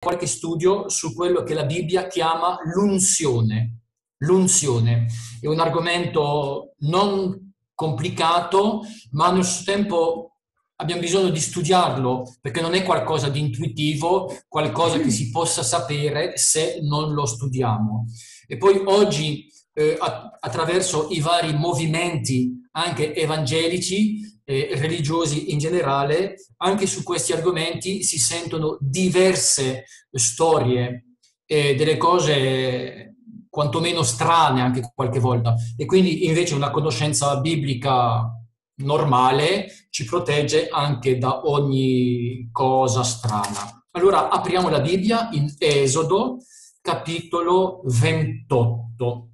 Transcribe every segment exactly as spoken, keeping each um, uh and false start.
qualche studio su quello che la Bibbia chiama l'unzione. L'unzione è un argomento non complicato, ma allo stesso tempo abbiamo bisogno di studiarlo, perché non è qualcosa di intuitivo, qualcosa che si possa sapere se non lo studiamo. E poi oggi, eh, attraverso i vari movimenti anche evangelici, eh, religiosi in generale, anche su questi argomenti si sentono diverse storie, eh, delle cose quantomeno strane anche qualche volta. E quindi invece una conoscenza biblica normale ci protegge anche da ogni cosa strana. Allora apriamo la Bibbia in Esodo, capitolo ventotto.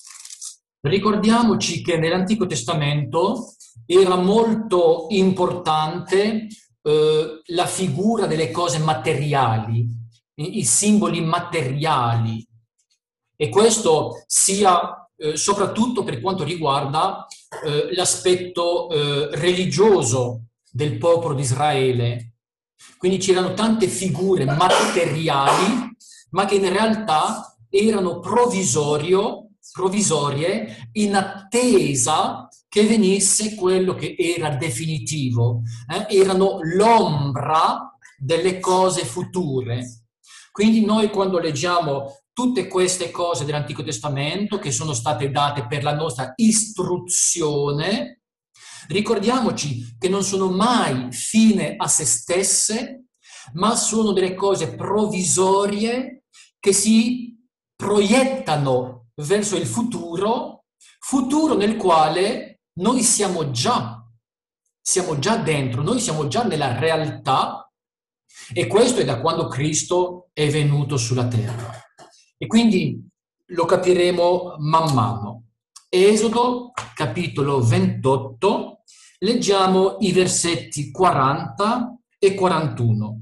Ricordiamoci che nell'Antico Testamento era molto importante eh, la figura delle cose materiali, i, i simboli materiali, e questo sia eh, soprattutto per quanto riguarda eh, l'aspetto eh, religioso del popolo di Israele. Quindi c'erano tante figure materiali, ma che in realtà erano provvisorio, provvisorie in attesa che venisse quello che era definitivo. Eh? Erano l'ombra delle cose future. Quindi noi quando leggiamo tutte queste cose dell'Antico Testamento che sono state date per la nostra istruzione, ricordiamoci che non sono mai fine a se stesse, ma sono delle cose provvisorie che si proiettano verso il futuro, futuro nel quale noi siamo già, siamo già dentro, noi siamo già nella realtà, e questo è da quando Cristo è venuto sulla terra. E quindi lo capiremo man mano. Esodo, capitolo ventotto, leggiamo i versetti quaranta e quarantuno.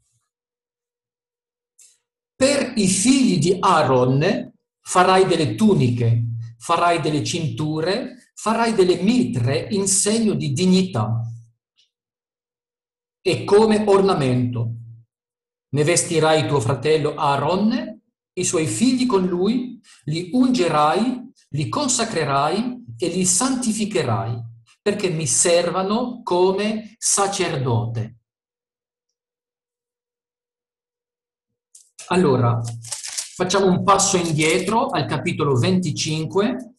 Per i figli di Aaron farai delle tuniche, farai delle cinture, farai delle mitre in segno di dignità e come ornamento. Ne vestirai tuo fratello Aaron, i suoi figli con lui, li ungerai, li consacrerai e li santificherai, perché mi servano come sacerdote. Allora, facciamo un passo indietro al capitolo venticinque,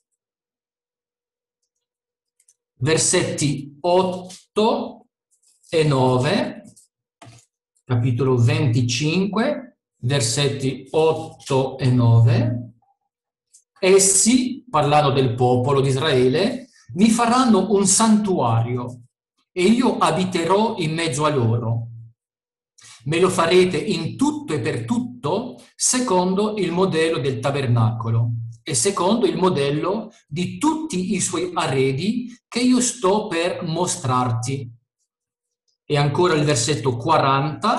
versetti otto e nove, capitolo venticinque, versetti otto e nove. Essi, parlando del popolo di Israele, mi faranno un santuario e io abiterò in mezzo a loro. Me lo farete in tutto e per tutto secondo il modello del tabernacolo e secondo il modello di tutti i suoi arredi che io sto per mostrarti. E ancora il versetto quaranta.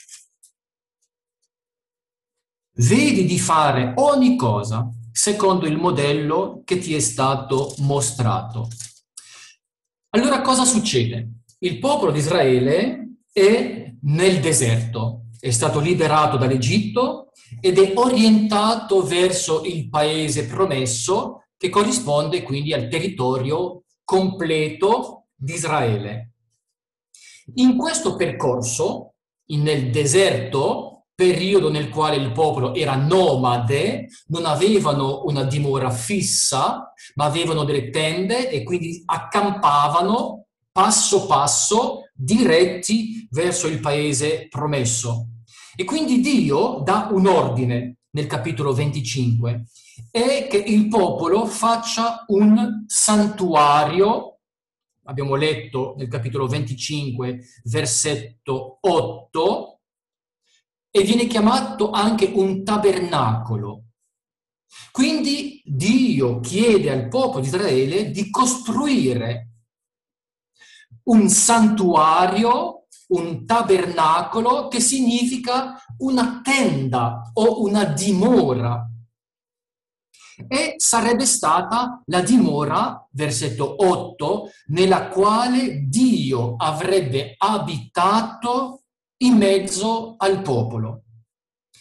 Vedi di fare ogni cosa secondo il modello che ti è stato mostrato. Allora cosa succede? Il popolo di Israele è nel deserto, è stato liberato dall'Egitto ed è orientato verso il paese promesso, che corrisponde quindi al territorio completo di Israele. In questo percorso, nel deserto, periodo nel quale il popolo era nomade, non avevano una dimora fissa, ma avevano delle tende e quindi accampavano passo passo diretti verso il paese promesso. E quindi Dio dà un ordine nel capitolo venticinque, è che il popolo faccia un santuario. Abbiamo letto nel capitolo venticinque, versetto otto, e viene chiamato anche un tabernacolo. Quindi Dio chiede al popolo di Israele di costruire un santuario, un tabernacolo, che significa una tenda o una dimora. E sarebbe stata la dimora, versetto otto, nella quale Dio avrebbe abitato in mezzo al popolo.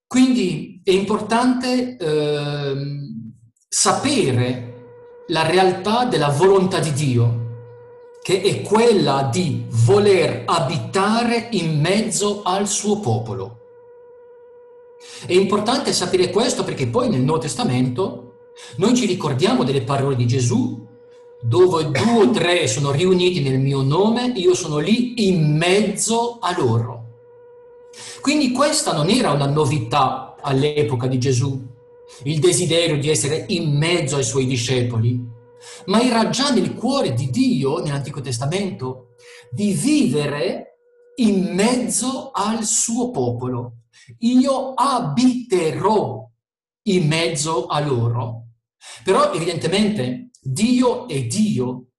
Quindi è importante eh, sapere la realtà della volontà di Dio, che è quella di voler abitare in mezzo al suo popolo. È importante sapere questo perché poi nel Nuovo Testamento noi ci ricordiamo delle parole di Gesù, dove due o tre sono riuniti nel mio nome, io sono lì in mezzo a loro. Quindi questa non era una novità all'epoca di Gesù, il desiderio di essere in mezzo ai suoi discepoli, ma era già nel cuore di Dio, nell'Antico Testamento, di vivere in mezzo al suo popolo. Io abiterò in mezzo a loro. Però evidentemente Dio è Dio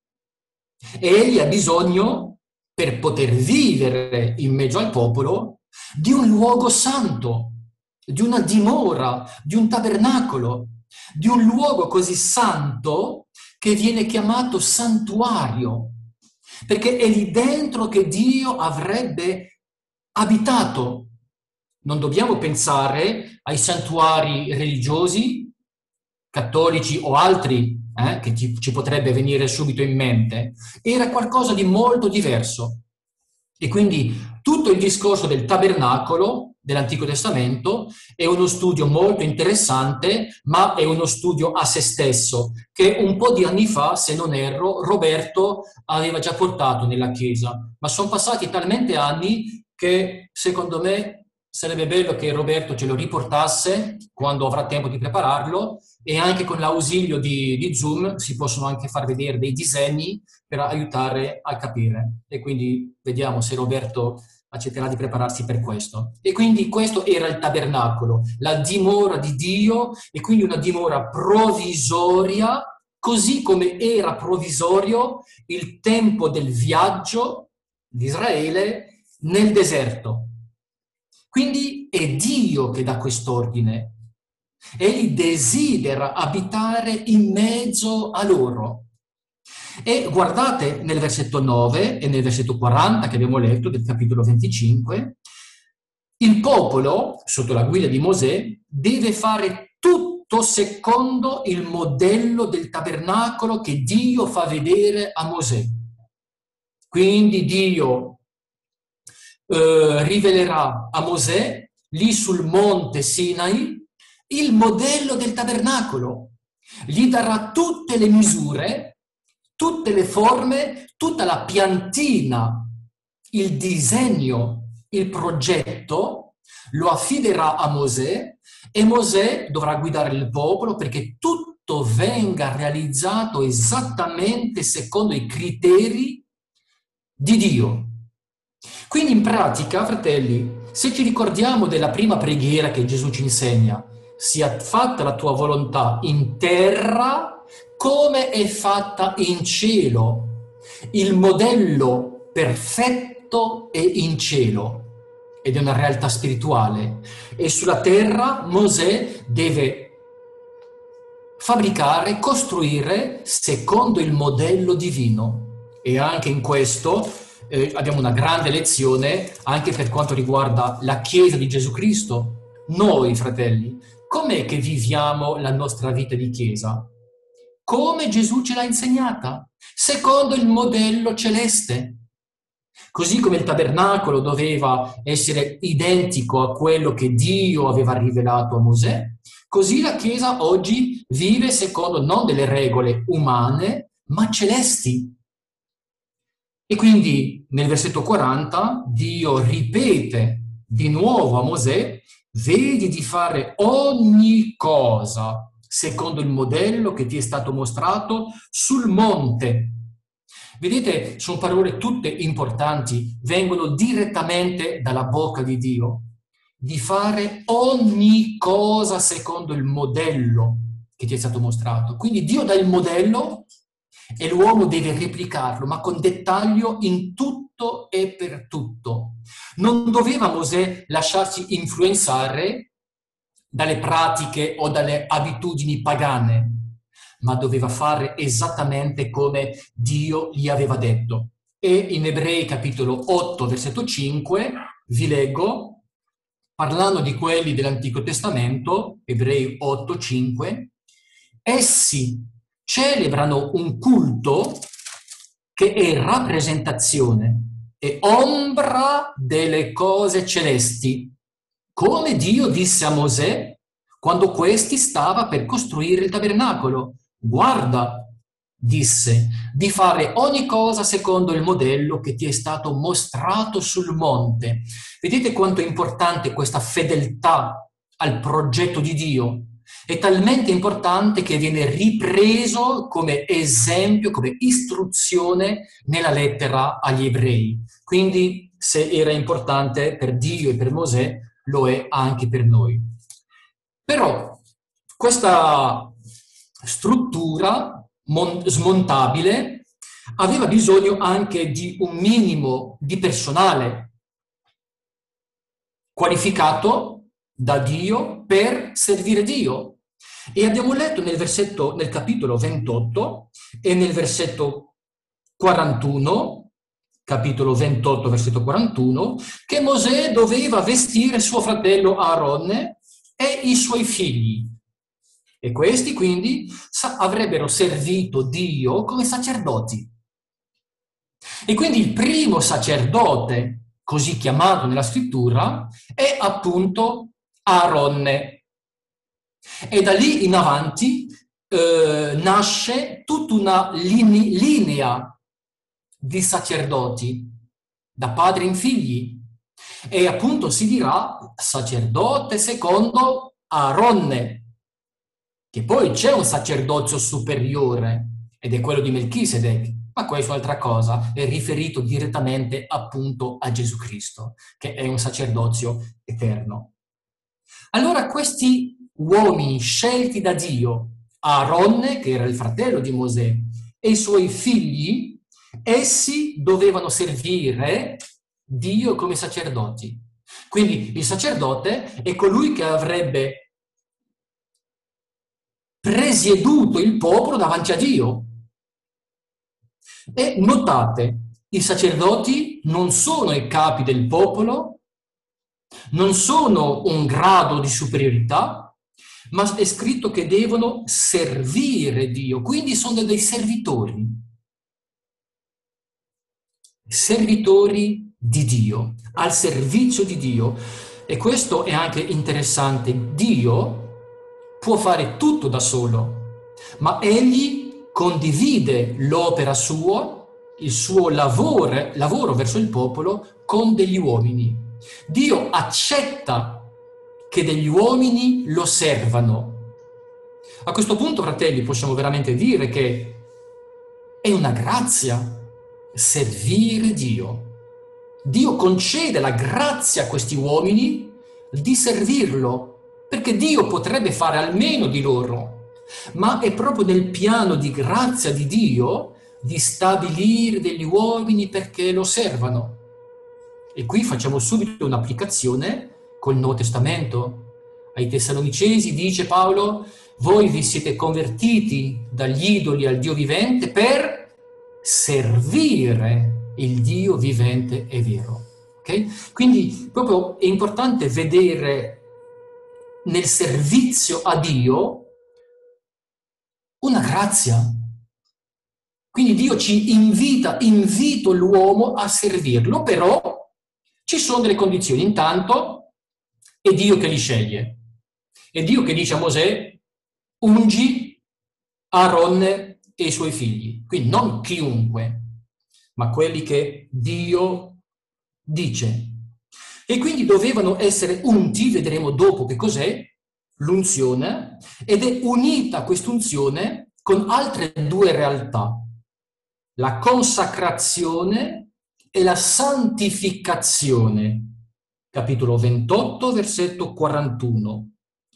e Egli ha bisogno, per poter vivere in mezzo al popolo, di un luogo santo, di una dimora, di un tabernacolo, di un luogo così santo che viene chiamato santuario, perché è lì dentro che Dio avrebbe abitato. Non dobbiamo pensare ai santuari religiosi, cattolici o altri, eh, che ci, ci potrebbe venire subito in mente. Era qualcosa di molto diverso. E quindi tutto il discorso del tabernacolo dell'Antico Testamento è uno studio molto interessante, ma è uno studio a se stesso, che un po' di anni fa, se non erro, Roberto aveva già portato nella Chiesa. Ma sono passati talmente anni che, secondo me, sarebbe bello che Roberto ce lo riportasse quando avrà tempo di prepararlo, e anche con l'ausilio di, di Zoom si possono anche far vedere dei disegni per aiutare a capire. E quindi vediamo se Roberto accetterà di prepararsi per questo. E quindi questo era il tabernacolo, la dimora di Dio, e quindi una dimora provvisoria, così come era provvisorio il tempo del viaggio di Israele nel deserto. Quindi è Dio che dà quest'ordine. Egli desidera abitare in mezzo a loro. E guardate nel versetto nove e nel versetto quaranta che abbiamo letto del capitolo venticinque, il popolo, sotto la guida di Mosè, deve fare tutto secondo il modello del tabernacolo che Dio fa vedere a Mosè. Quindi Dio eh, rivelerà a Mosè, lì sul monte Sinai, il modello del tabernacolo. Gli darà tutte le misure, tutte le forme, tutta la piantina, il disegno, il progetto, lo affiderà a Mosè e Mosè dovrà guidare il popolo perché tutto venga realizzato esattamente secondo i criteri di Dio. Quindi in pratica, fratelli, se ci ricordiamo della prima preghiera che Gesù ci insegna, sia fatta la tua volontà in terra come è fatta in cielo. Il modello perfetto è in cielo ed è una realtà spirituale. E sulla terra Mosè deve fabbricare, costruire secondo il modello divino. E anche in questo eh, abbiamo una grande lezione anche per quanto riguarda la Chiesa di Gesù Cristo. Noi, fratelli, com'è che viviamo la nostra vita di Chiesa? Come Gesù ce l'ha insegnata, secondo il modello celeste. Così come il tabernacolo doveva essere identico a quello che Dio aveva rivelato a Mosè, così la Chiesa oggi vive secondo non delle regole umane, ma celesti. E quindi nel versetto quaranta Dio ripete di nuovo a Mosè: vedi di fare ogni cosa secondo il modello che ti è stato mostrato sul monte. Vedete, sono parole tutte importanti, vengono direttamente dalla bocca di Dio. Di fare ogni cosa secondo il modello che ti è stato mostrato. Quindi Dio dà il modello e l'uomo deve replicarlo, ma con dettaglio in tutto e per tutto. Non doveva Mosè lasciarsi influenzare dalle pratiche o dalle abitudini pagane, ma doveva fare esattamente come Dio gli aveva detto. E in Ebrei capitolo otto, versetto cinque, vi leggo: parlando di quelli dell'Antico Testamento, Ebrei otto cinque, essi celebrano un culto che è rappresentazione e ombra delle cose celesti, come Dio disse a Mosè quando questi stava per costruire il tabernacolo. Guarda, disse, di fare ogni cosa secondo il modello che ti è stato mostrato sul monte. Vedete quanto è importante questa fedeltà al progetto di Dio? È talmente importante che viene ripreso come esempio, come istruzione nella lettera agli ebrei. Quindi, se era importante per Dio e per Mosè, lo è anche per noi. Però questa struttura smontabile aveva bisogno anche di un minimo di personale qualificato da Dio per servire Dio. E abbiamo letto nel versetto, nel capitolo ventotto e nel versetto quarantuno, capitolo ventotto, versetto quarantuno, che Mosè doveva vestire suo fratello Aronne e i suoi figli. E questi quindi avrebbero servito Dio come sacerdoti. E quindi il primo sacerdote, così chiamato nella scrittura, è appunto Aronne. E da lì in avanti eh, nasce tutta una line- linea di sacerdoti, da padre in figli. E appunto si dirà sacerdote secondo Aronne, che poi c'è un sacerdozio superiore, ed è quello di Melchisedec, ma questo è un'altra cosa, è riferito direttamente appunto a Gesù Cristo, che è un sacerdozio eterno. Allora questi uomini scelti da Dio, Aronne, che era il fratello di Mosè, e i suoi figli, essi dovevano servire Dio come sacerdoti. Quindi il sacerdote è colui che avrebbe presieduto il popolo davanti a Dio. E notate, i sacerdoti non sono i capi del popolo, non sono un grado di superiorità, ma è scritto che devono servire Dio, quindi sono dei servitori. Servitori di Dio, al servizio di Dio. E questo è anche interessante. Dio può fare tutto da solo, ma egli condivide l'opera sua, il suo lavoro, lavoro verso il popolo con degli uomini. Dio accetta che degli uomini lo servano. A questo punto, fratelli, possiamo veramente dire che è una grazia servire Dio. Dio concede la grazia a questi uomini di servirlo, perché Dio potrebbe fare almeno di loro, ma è proprio nel piano di grazia di Dio di stabilire degli uomini perché lo servano. E qui facciamo subito un'applicazione col Nuovo Testamento. Ai Tessalonicesi dice Paolo: voi vi siete convertiti dagli idoli al Dio vivente per servire il Dio vivente e vero. Okay? Quindi proprio è importante vedere nel servizio a Dio una grazia. Quindi Dio ci invita, invito l'uomo a servirlo, però ci sono delle condizioni. Intanto è Dio che li sceglie. È Dio che dice a Mosè: ungi Aaronne e i suoi figli. Quindi non chiunque, ma quelli che Dio dice. E quindi dovevano essere unti, vedremo dopo che cos'è l'unzione, ed è unita quest'unzione con altre due realtà: la consacrazione e la santificazione. Capitolo ventotto, versetto quarantuno.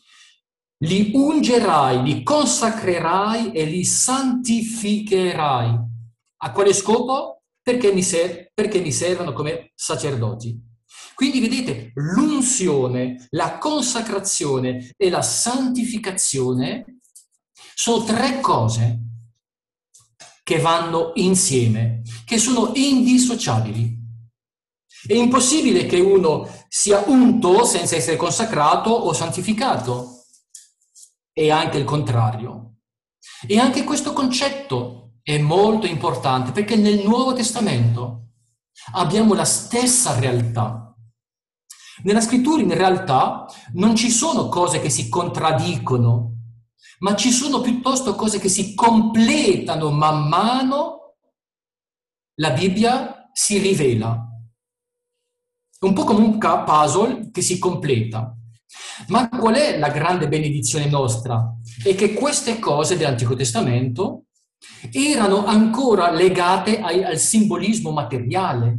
Li ungerai, li consacrerai e li santificherai. A quale scopo? Perché mi, ser- perché mi servono come sacerdoti. Quindi vedete, l'unzione, la consacrazione e la santificazione sono tre cose che vanno insieme, che sono indissociabili. È impossibile che uno sia unto senza essere consacrato o santificato. E anche il contrario. E anche questo concetto è molto importante perché nel Nuovo Testamento abbiamo la stessa realtà. Nella scrittura in realtà non ci sono cose che si contraddicono, ma ci sono piuttosto cose che si completano man mano la Bibbia si rivela. È un po' come un puzzle che si completa. Ma qual è la grande benedizione nostra? È che queste cose dell'Antico Testamento erano ancora legate ai, al simbolismo materiale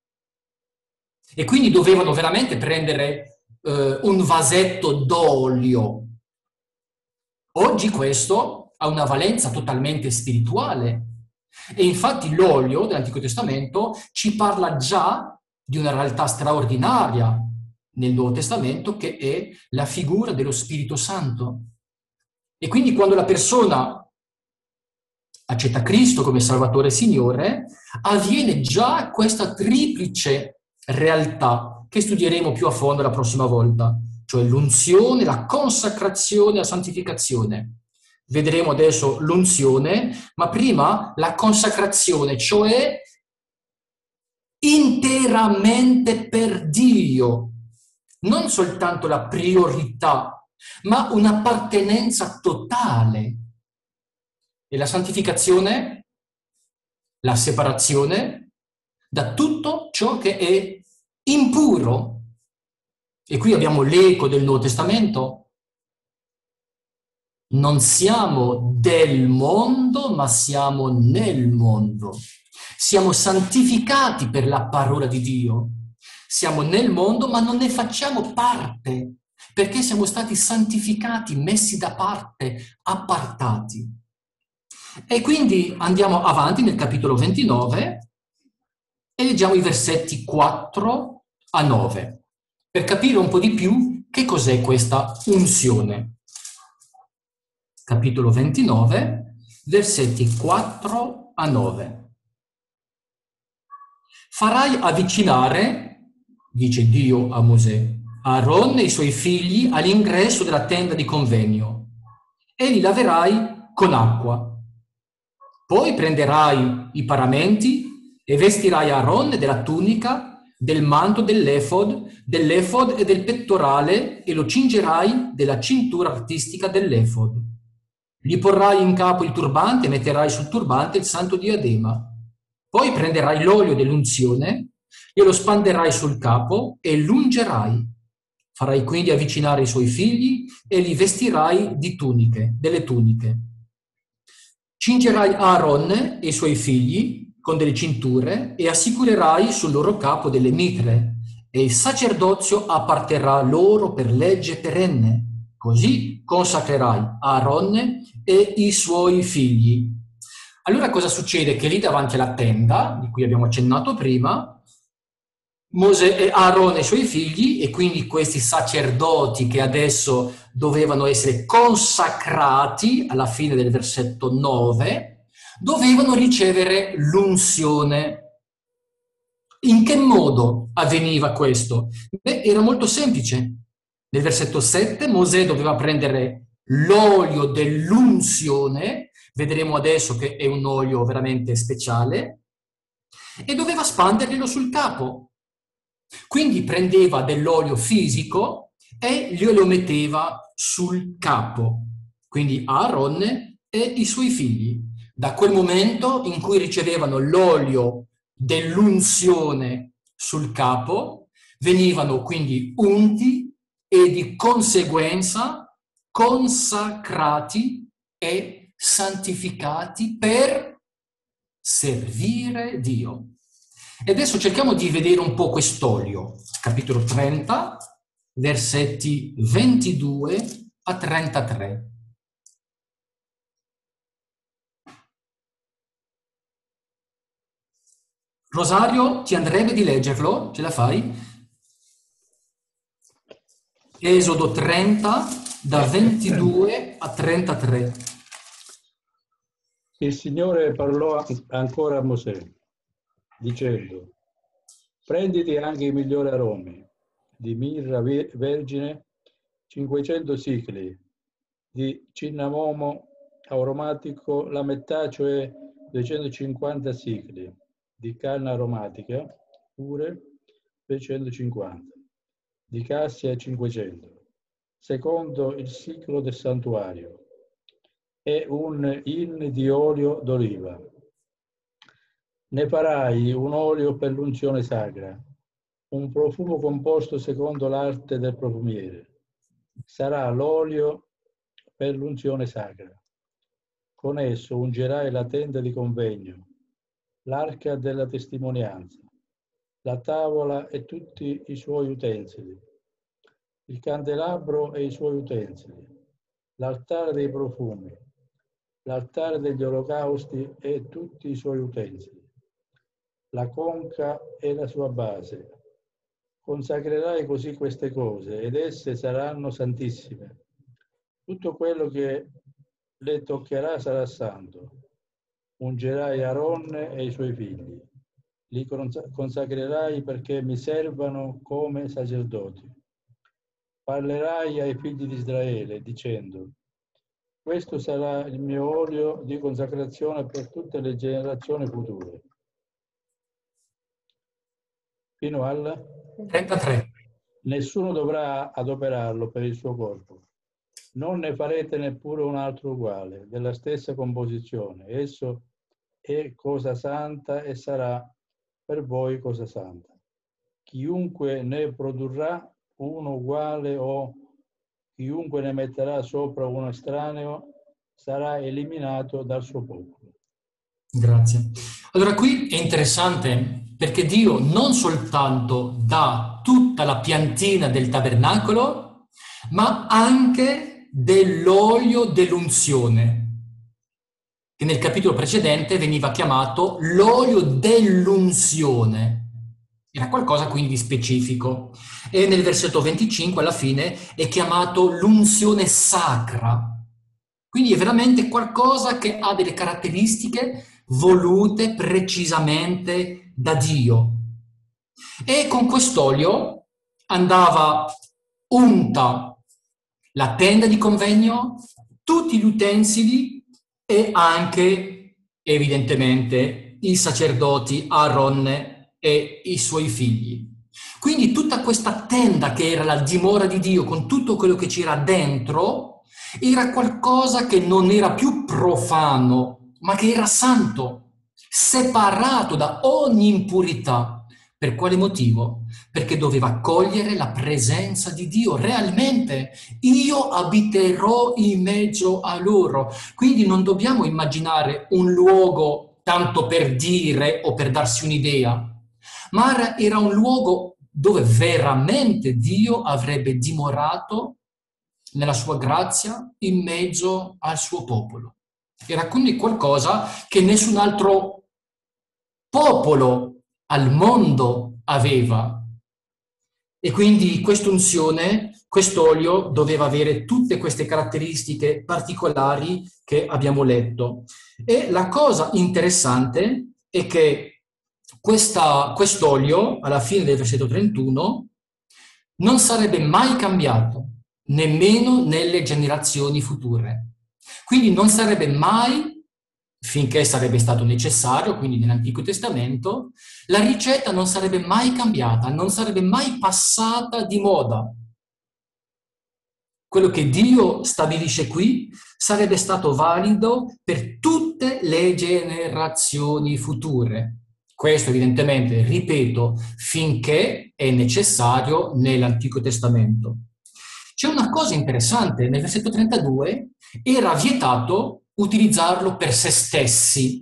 e quindi dovevano veramente prendere eh, un vasetto d'olio. Oggi questo ha una valenza totalmente spirituale e infatti l'olio dell'Antico Testamento ci parla già di una realtà straordinaria nel Nuovo Testamento che è la figura dello Spirito Santo. E quindi quando la persona accetta Cristo come Salvatore e Signore, avviene già questa triplice realtà che studieremo più a fondo la prossima volta, cioè l'unzione, la consacrazione e la santificazione. Vedremo adesso l'unzione, ma prima la consacrazione, cioè interamente per Dio, non soltanto la priorità, ma un'appartenenza totale. E la santificazione, la separazione da tutto ciò che è impuro. E qui abbiamo l'eco del Nuovo Testamento. Non siamo del mondo, ma siamo nel mondo. Siamo santificati per la parola di Dio. Siamo nel mondo, ma non ne facciamo parte, perché siamo stati santificati, messi da parte, appartati. E quindi andiamo avanti nel capitolo ventinove e leggiamo i versetti quattro a nove, per capire un po' di più che cos'è questa unzione. Capitolo ventinove, versetti quattro a nove. Farai avvicinare, dice Dio a Mosè, Aaron e i suoi figli all'ingresso della tenda di convegno e li laverai con acqua. Poi prenderai i paramenti e vestirai Aaron della tunica, del manto dell'efod, dell'efod e del pettorale e lo cingerai della cintura artistica dell'efod. Gli porrai in capo il turbante e metterai sul turbante il santo diadema. Poi prenderai l'olio dell'unzione e lo spanderai sul capo e l'ungerai. Farai quindi avvicinare i suoi figli e li vestirai di tuniche, delle tuniche. Cingerai Aaron e i suoi figli con delle cinture e assicurerai sul loro capo delle mitre e il sacerdozio apparterrà loro per legge perenne. Così consacrerai Aaron e i suoi figli. Allora cosa succede? Che lì davanti alla tenda, di cui abbiamo accennato prima, Mosè e Aaron e i suoi figli, e quindi questi sacerdoti che adesso dovevano essere consacrati alla fine del versetto nove, dovevano ricevere l'unzione. In che modo avveniva questo? Beh, era molto semplice. Nel versetto sette Mosè doveva prendere l'olio dell'unzione, vedremo adesso che è un olio veramente speciale, e doveva spanderglielo sul capo. Quindi prendeva dell'olio fisico e glielo metteva sul capo, quindi Aaron e i suoi figli. Da quel momento in cui ricevevano l'olio dell'unzione sul capo, venivano quindi unti e di conseguenza consacrati e santificati per servire Dio. E adesso cerchiamo di vedere un po' quest'olio, capitolo trenta, versetti ventidue a trentatré. Rosario, ti andrebbe di leggerlo? Ce la fai? Esodo trenta, da ventidue a trentatré. Il Signore parlò ancora a Mosè, dicendo: Prenditi anche i migliori aromi di mirra vergine, cinquecento sicli, di cinnamomo aromatico, la metà, cioè duecentocinquanta sicli, di canna aromatica, pure duecentocinquanta, di cassia cinquecento, secondo il ciclo del santuario, e un in di olio d'oliva. Ne farai un olio per l'unzione sacra, un profumo composto secondo l'arte del profumiere. Sarà l'olio per l'unzione sacra. Con esso ungerai la tenda di convegno, l'arca della testimonianza, la tavola e tutti i suoi utensili, il candelabro e i suoi utensili, l'altare dei profumi, l'altare degli olocausti e tutti i suoi utensili, la conca e la sua base. Consacrerai così queste cose ed esse saranno santissime. Tutto quello che le toccherà sarà santo. Ungerai Aronne e i suoi figli. Li consacrerai perché mi servano come sacerdoti. Parlerai ai figli di Israele dicendo: questo sarà il mio olio di consacrazione per tutte le generazioni future. Fino al trentatré. Nessuno dovrà adoperarlo per il suo corpo. Non ne farete neppure un altro uguale, della stessa composizione. Esso è cosa santa e sarà per voi cosa santa. Chiunque ne produrrà uno uguale o chiunque ne metterà sopra uno estraneo sarà eliminato dal suo popolo. Grazie. Allora qui è interessante perché Dio non soltanto dà tutta la piantina del tabernacolo, ma anche dell'olio dell'unzione, che nel capitolo precedente veniva chiamato l'olio dell'unzione. Era qualcosa quindi di specifico. E nel versetto venticinque alla fine è chiamato l'unzione sacra. Quindi è veramente qualcosa che ha delle caratteristiche volute precisamente da Dio. E con quest'olio andava unta la tenda di convegno, tutti gli utensili e anche, evidentemente, i sacerdoti Aaronne e i suoi figli. Quindi tutta questa tenda che era la dimora di Dio, con tutto quello che c'era dentro, era qualcosa che non era più profano, ma che era santo, separato da ogni impurità. Per quale motivo? Perché doveva accogliere la presenza di Dio. Realmente io abiterò in mezzo a loro. Quindi non dobbiamo immaginare un luogo tanto per dire o per darsi un'idea, ma era un luogo dove veramente Dio avrebbe dimorato nella sua grazia in mezzo al suo popolo. Era quindi qualcosa che nessun altro popolo al mondo aveva. E quindi quest'unzione, quest'olio doveva avere tutte queste caratteristiche particolari che abbiamo letto. E la cosa interessante è che questa, quest'olio, alla fine del versetto trentuno, non sarebbe mai cambiato, nemmeno nelle generazioni future. Quindi non sarebbe mai, finché sarebbe stato necessario, quindi nell'Antico Testamento, la ricetta non sarebbe mai cambiata, non sarebbe mai passata di moda. Quello che Dio stabilisce qui sarebbe stato valido per tutte le generazioni future. Questo evidentemente, ripeto, finché è necessario nell'Antico Testamento. C'è una cosa interessante, nel versetto trentadue era vietato utilizzarlo per se stessi,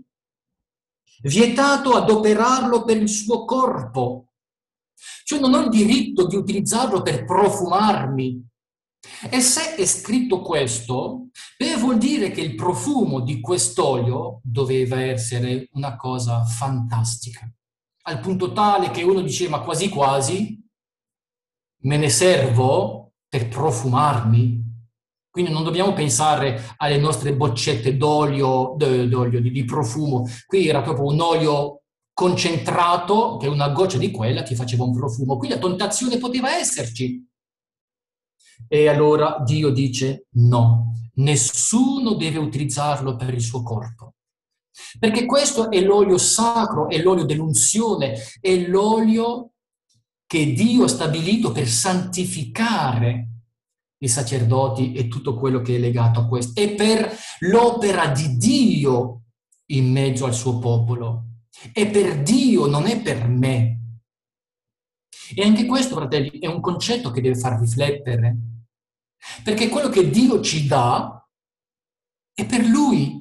vietato adoperarlo per il suo corpo. Cioè non ho il diritto di utilizzarlo per profumarmi. E se è scritto questo, beh, vuol dire che il profumo di quest'olio doveva essere una cosa fantastica, al punto tale che uno diceva quasi quasi me ne servo per profumarmi. Quindi non dobbiamo pensare alle nostre boccette d'olio, d'olio di, di profumo. Qui era proprio un olio concentrato che una goccia di quella ti faceva un profumo. Qui la tentazione poteva esserci. E allora Dio dice no, nessuno deve utilizzarlo per il suo corpo. Perché questo è l'olio sacro, è l'olio dell'unzione, è l'olio che Dio ha stabilito per santificare i sacerdoti e tutto quello che è legato a questo. È per l'opera di Dio in mezzo al suo popolo. È per Dio, non è per me. E anche questo, fratelli, è un concetto che deve far riflettere. Perché quello che Dio ci dà è per Lui.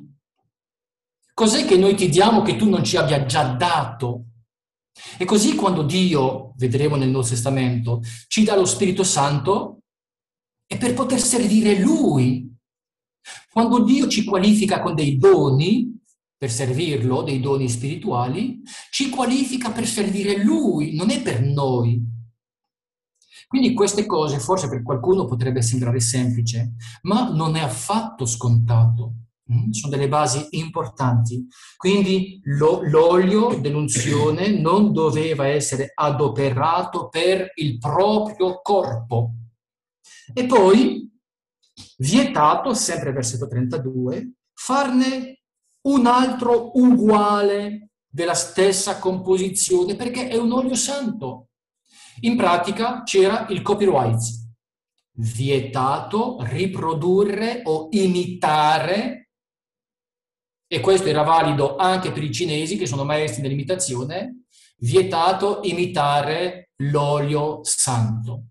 Cos'è che noi ti diamo che tu non ci abbia già dato? E così quando Dio, vedremo nel Nuovo Testamento, ci dà lo Spirito Santo, è per poter servire Lui. Quando Dio ci qualifica con dei doni, per servirlo, dei doni spirituali, ci qualifica per servire Lui, non è per noi. Quindi queste cose forse per qualcuno potrebbe sembrare semplice, ma non è affatto scontato. Mm? Sono delle basi importanti. Quindi lo, l'olio dell'unzione non doveva essere adoperato per il proprio corpo. E poi, vietato, sempre versetto trentadue, farne un altro uguale della stessa composizione, perché è un olio santo. In pratica c'era il copyright, vietato riprodurre o imitare, e questo era valido anche per i cinesi che sono maestri dell'imitazione, vietato imitare l'olio santo.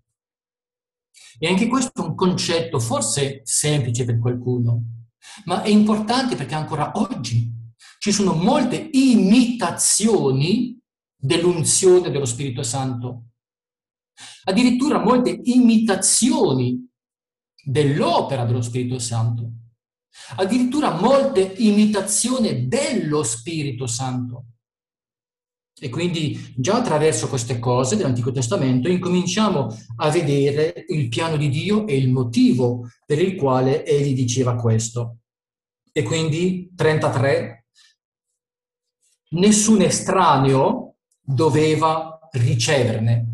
E anche questo è un concetto forse semplice per qualcuno, ma è importante perché ancora oggi ci sono molte imitazioni dell'unzione dello Spirito Santo. Addirittura molte imitazioni dell'opera dello Spirito Santo, addirittura molte imitazioni dello Spirito Santo. E quindi già attraverso queste cose dell'Antico Testamento incominciamo a vedere il piano di Dio e il motivo per il quale egli diceva questo. E quindi trentatré, nessun estraneo doveva riceverne.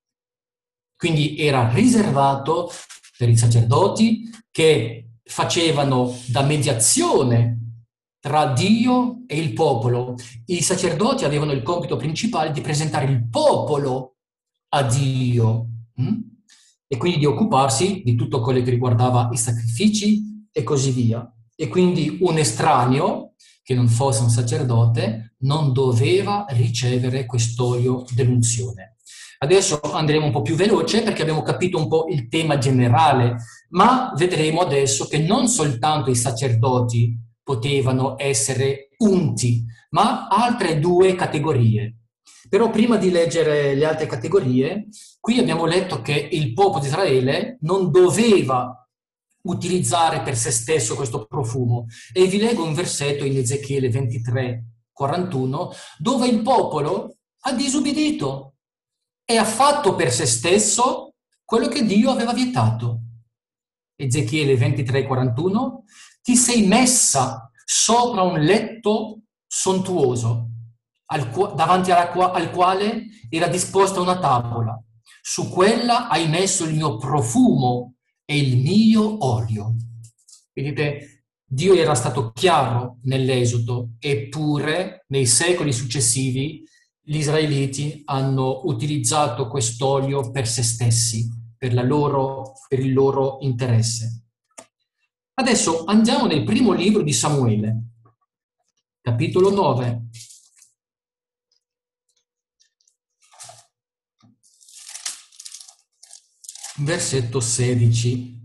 Quindi era riservato per i sacerdoti che facevano da mediazione tra Dio e il popolo. I sacerdoti avevano il compito principale di presentare il popolo a Dio hm? e quindi di occuparsi di tutto quello che riguardava i sacrifici e così via. E quindi un estraneo, che non fosse un sacerdote, non doveva ricevere quest'olio dell'unzione. Adesso andremo un po' più veloce perché abbiamo capito un po' il tema generale, ma vedremo adesso che non soltanto i sacerdoti potevano essere unti, ma altre due categorie. Però prima di leggere le altre categorie, qui abbiamo letto che il popolo di Israele non doveva utilizzare per se stesso questo profumo. E vi leggo un versetto in Ezechiele ventitré, quarantuno, dove il popolo ha disubbidito e ha fatto per se stesso quello che Dio aveva vietato. Ezechiele ventitré, quarantuno, ti sei messa sopra un letto sontuoso, al qu- davanti alla qua- al quale era disposta una tavola. Su quella hai messo il mio profumo e il mio olio. Vedete, Dio era stato chiaro nell'Esodo, eppure nei secoli successivi gli israeliti hanno utilizzato quest'olio per se stessi, per, la loro, per il loro interesse. Adesso andiamo nel primo libro di Samuele, capitolo nove. Versetto sedici.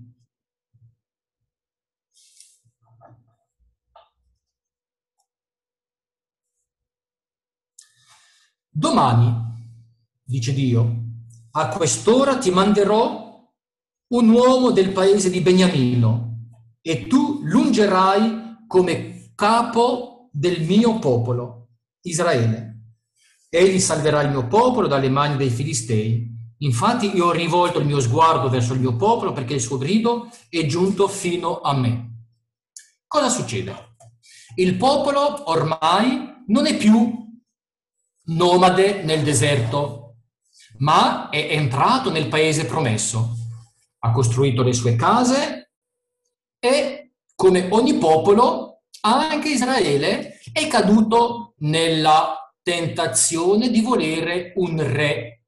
Domani, dice Dio, a quest'ora ti manderò un uomo del paese di Beniamino e tu l'ungerai come capo del mio popolo, Israele. Egli salverà il mio popolo dalle mani dei Filistei. Infatti io ho rivolto il mio sguardo verso il mio popolo perché il suo grido è giunto fino a me. Cosa succede? Il popolo ormai non è più nomade nel deserto, ma è entrato nel paese promesso, ha costruito le sue case e, come ogni popolo, anche Israele è caduto nella tentazione di volere un re.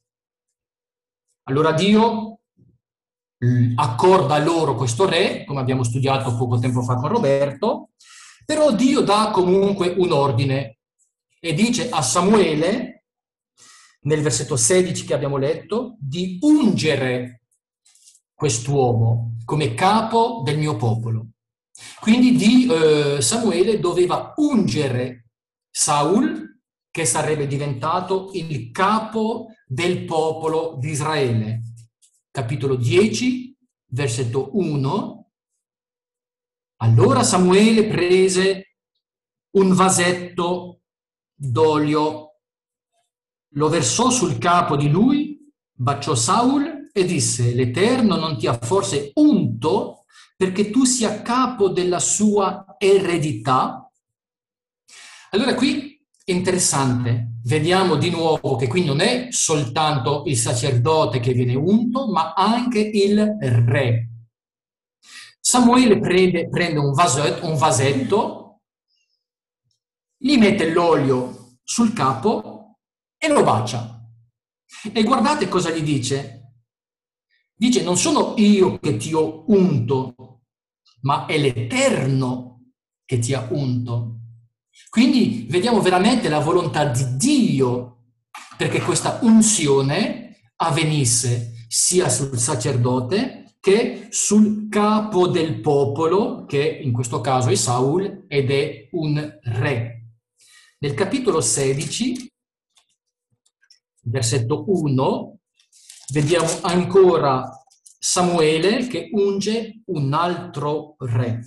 Allora Dio accorda loro questo re, come abbiamo studiato poco tempo fa con Roberto, però Dio dà comunque un ordine e dice a Samuele, nel versetto sedici che abbiamo letto, di ungere quest'uomo come capo del mio popolo. Quindi di, eh, Samuele doveva ungere Saul, che sarebbe diventato il capo del popolo di Israele. Capitolo dieci, versetto uno. Allora Samuele prese un vasetto d'olio, lo versò sul capo di lui, baciò Saul e disse: l'Eterno non ti ha forse unto perché tu sia capo della sua eredità? Allora qui interessante, vediamo di nuovo che qui non è soltanto il sacerdote che viene unto, ma anche il re. Samuele prende, prende un, vasetto, un vasetto, gli mette l'olio sul capo e lo bacia. E guardate cosa gli dice. Dice: non sono io che ti ho unto, ma è l'Eterno che ti ha unto. Quindi vediamo veramente la volontà di Dio perché questa unzione avvenisse sia sul sacerdote che sul capo del popolo, che in questo caso è Saul ed è un re. Nel capitolo sedici, versetto uno, vediamo ancora Samuele che unge un altro re.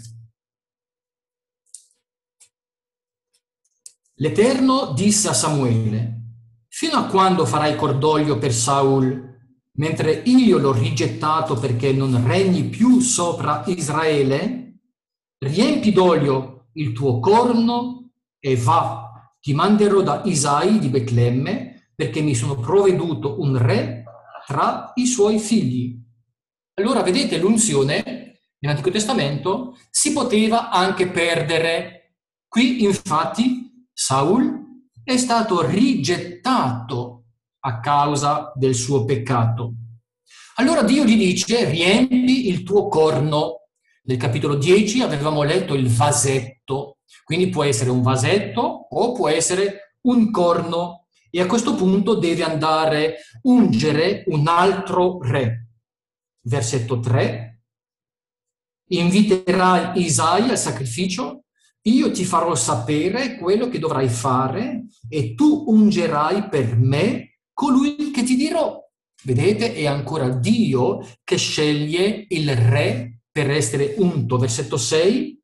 L'Eterno disse a Samuele: fino a quando farai cordoglio per Saul, mentre io l'ho rigettato perché non regni più sopra Israele? Riempi d'olio il tuo corno e va, ti manderò da Isai di Betlemme, perché mi sono provveduto un re tra i suoi figli. Allora vedete, l'unzione nell'Antico Testamento si poteva anche perdere. Qui infatti Saul è stato rigettato a causa del suo peccato. Allora Dio gli dice: riempi il tuo corno. Nel capitolo dieci avevamo letto il vasetto, quindi può essere un vasetto o può essere un corno, e a questo punto deve andare a ungere un altro re. Versetto tre: inviterai Isai al sacrificio, io ti farò sapere quello che dovrai fare e tu ungerai per me colui che ti dirò. Vedete, è ancora Dio che sceglie il re per essere unto. Versetto sei: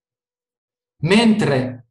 mentre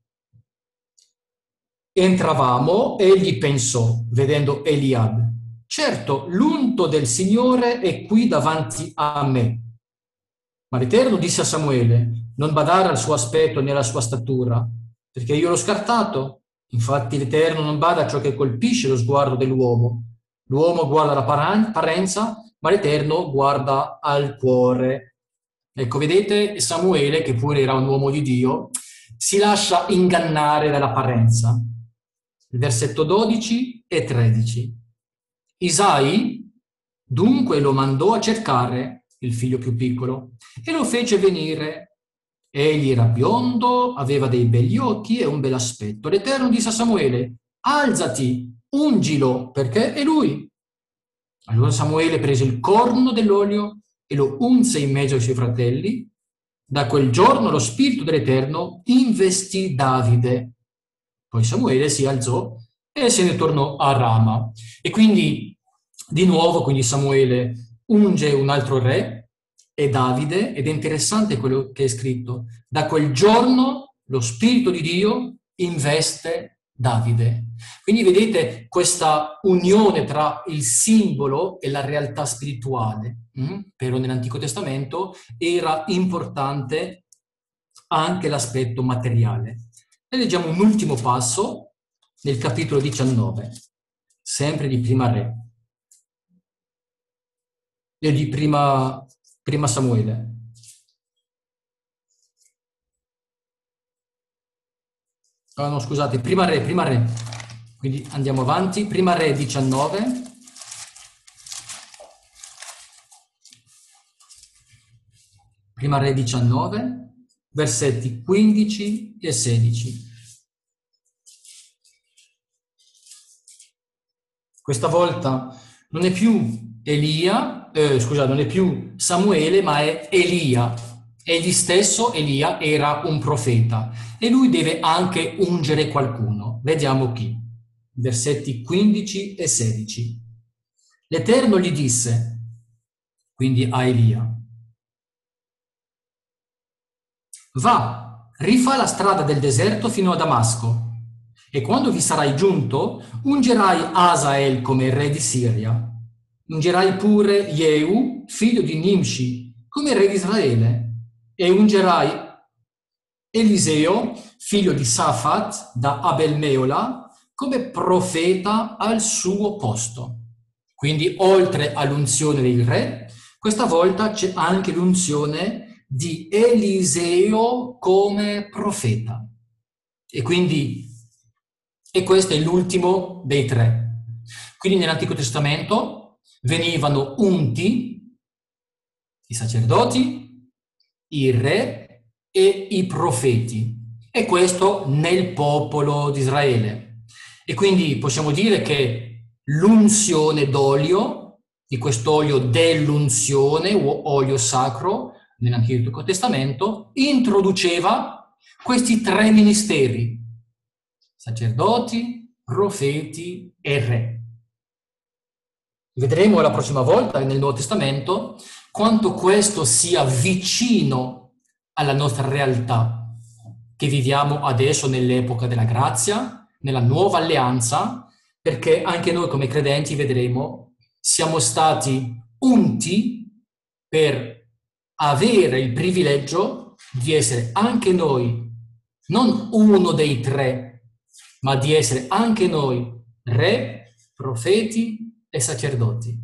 entravamo, egli pensò, vedendo Eliab: certo, l'unto del Signore è qui davanti a me. Ma l'Eterno disse a Samuele: non badare al suo aspetto né alla sua statura, perché io l'ho scartato. Infatti l'Eterno non bada a ciò che colpisce lo sguardo dell'uomo. L'uomo guarda l'apparenza, ma l'Eterno guarda al cuore. Ecco, vedete, Samuele, che pure era un uomo di Dio, si lascia ingannare dall'apparenza. Il versetto dodici e tredici. Isai dunque lo mandò a cercare, il figlio più piccolo, e lo fece venire. Egli era biondo, aveva dei begli occhi e un bel aspetto. L'Eterno disse a Samuele: alzati, ungilo, perché è lui. Allora Samuele prese il corno dell'olio e lo unse in mezzo ai suoi fratelli. Da quel giorno lo spirito dell'Eterno investì Davide. Poi Samuele si alzò e se ne tornò a Rama. E quindi, di nuovo, quindi Samuele unge un altro re, è Davide, ed è interessante quello che è scritto: da quel giorno lo Spirito di Dio investe Davide. Quindi vedete questa unione tra il simbolo e la realtà spirituale. Mm? Però nell'Antico Testamento era importante anche l'aspetto materiale. E leggiamo un ultimo passo, nel capitolo diciannove, sempre di Prima Re, e di Prima, prima Samuele. Oh, no, scusate, Prima Re, Prima Re. Quindi andiamo avanti. Prima Re diciannove. Prima Re diciannove, versetti quindici e sedici. Questa volta non è più Elia, eh, scusate, non è più Samuele, ma è Elia. Egli stesso, Elia, era un profeta e lui deve anche ungere qualcuno. Vediamo chi. Versetti quindici e sedici. L'Eterno gli disse, quindi a Elia, va, rifà la strada del deserto fino a Damasco, e quando vi sarai giunto, ungerai Asael come re di Siria. Ungerai pure Jehu, figlio di Nimshi, come re di Israele. E ungerai Eliseo, figlio di Safat, da Abel Meola, come profeta al suo posto. Quindi, oltre all'unzione del re, questa volta c'è anche l'unzione di Eliseo come profeta. E quindi, e questo è l'ultimo dei tre. Quindi nell'Antico Testamento venivano unti i sacerdoti, i re e i profeti. E questo nel popolo di Israele. E quindi possiamo dire che l'unzione d'olio, di quest'olio dell'unzione o olio sacro, nell'Antico Testamento, introduceva questi tre ministeri: sacerdoti, profeti e re. Vedremo la prossima volta nel Nuovo Testamento quanto questo sia vicino alla nostra realtà che viviamo adesso nell'epoca della grazia, nella nuova alleanza, perché anche noi come credenti, vedremo, siamo stati unti per avere il privilegio di essere anche noi, non uno dei tre, ma di essere anche noi re, profeti e sacerdoti.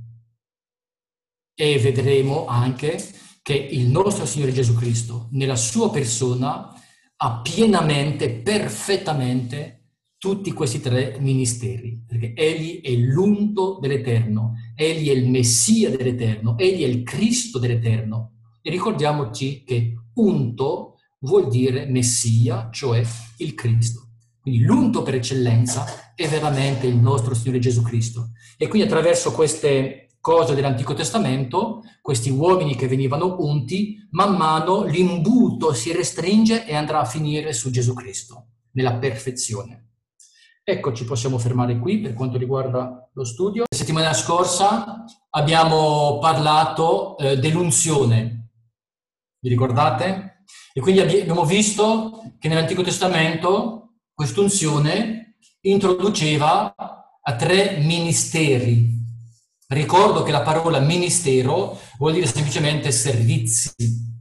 E vedremo anche che il nostro Signore Gesù Cristo, nella sua persona, ha pienamente, perfettamente tutti questi tre ministeri, perché Egli è l'unto dell'Eterno, Egli è il Messia dell'Eterno, Egli è il Cristo dell'Eterno. E ricordiamoci che unto vuol dire Messia, cioè il Cristo. Quindi l'unto per eccellenza è veramente il nostro Signore Gesù Cristo. E quindi attraverso queste cose dell'Antico Testamento, questi uomini che venivano unti, man mano l'imbuto si restringe e andrà a finire su Gesù Cristo, nella perfezione. Ecco, ci possiamo fermare qui per quanto riguarda lo studio. La settimana scorsa abbiamo parlato eh, dell'unzione, vi ricordate? E quindi abbiamo visto che nell'Antico Testamento quest'unzione introduceva a tre ministeri. Ricordo che la parola ministero vuol dire semplicemente servizi.